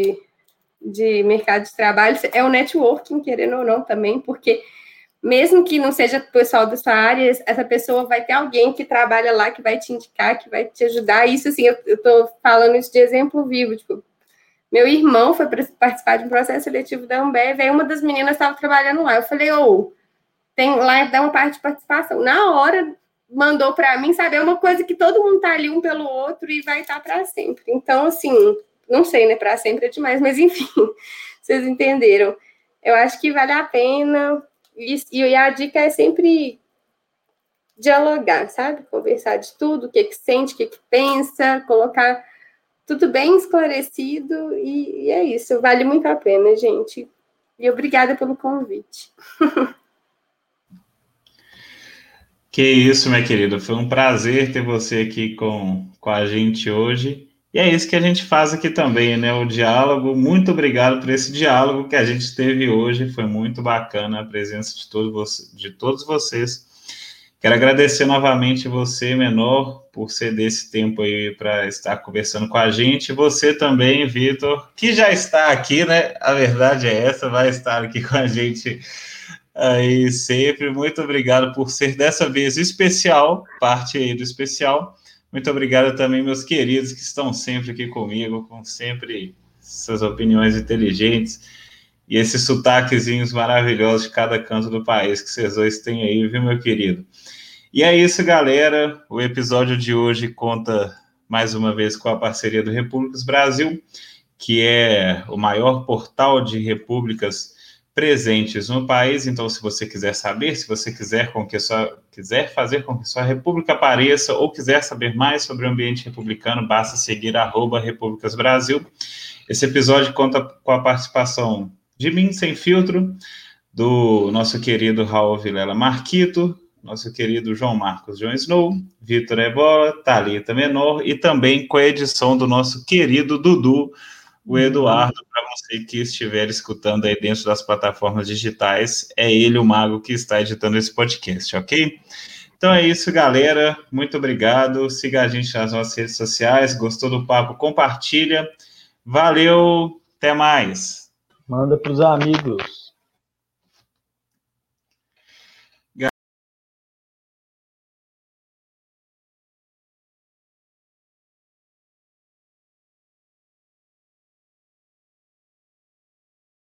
de mercado de trabalho, é o networking, querendo ou não, também, porque mesmo que não seja pessoal da sua área, essa pessoa vai ter alguém que trabalha lá, que vai te indicar, que vai te ajudar. Isso, assim, eu tô falando isso de exemplo vivo, tipo, meu irmão foi participar de um processo seletivo da Ambev, aí uma das meninas estava trabalhando lá, eu falei, tem lá, dá uma parte de participação. Na hora, mandou para mim, sabe? É uma coisa que todo mundo tá ali um pelo outro e vai estar para sempre. Então, assim, não sei, né? Para sempre é demais, mas enfim, vocês entenderam. Eu acho que vale a pena. E a dica é sempre dialogar, sabe? Conversar de tudo, o que sente, o que pensa, colocar tudo bem esclarecido e é isso. Vale muito a pena, gente. E obrigada pelo convite. Que isso, minha querida. Foi um prazer ter você aqui com a gente hoje. E é isso que a gente faz aqui também, né? O diálogo. Muito obrigado por esse diálogo que a gente teve hoje. Foi muito bacana a presença de todos vocês. Quero agradecer novamente você, Menor, por ceder esse tempo aí para estar conversando com a gente. Você também, Vitor, que já está aqui, né? A verdade é essa, vai estar aqui com a gente aí sempre. Muito obrigado por ser dessa vez especial, parte aí do especial. Muito obrigado também, meus queridos, que estão sempre aqui comigo, com sempre suas opiniões inteligentes e esses sotaquezinhos maravilhosos de cada canto do país que vocês dois têm aí, viu, meu querido? E é isso, galera. O episódio de hoje conta mais uma vez com a parceria do Repúblicas Brasil, que é o maior portal de repúblicas presentes no país. Então, se você quiser saber, se você quiser fazer com que sua república apareça ou quiser saber mais sobre o ambiente republicano, basta seguir @Repúblicas Brasil. Esse episódio conta com a participação de mim, Sem Filtro, do nosso querido Raul Vilela Marquito, nosso querido João Marcos John Snow, Vitor Ebola, Thalita Menor, e também com a edição do nosso querido Dudu, o Eduardo, para você que estiver escutando aí dentro das plataformas digitais, é ele o mago que está editando esse podcast, ok? Então é isso, galera. Muito obrigado. Siga a gente nas nossas redes sociais. Gostou do papo? Compartilha. Valeu. Até mais. Manda para os amigos.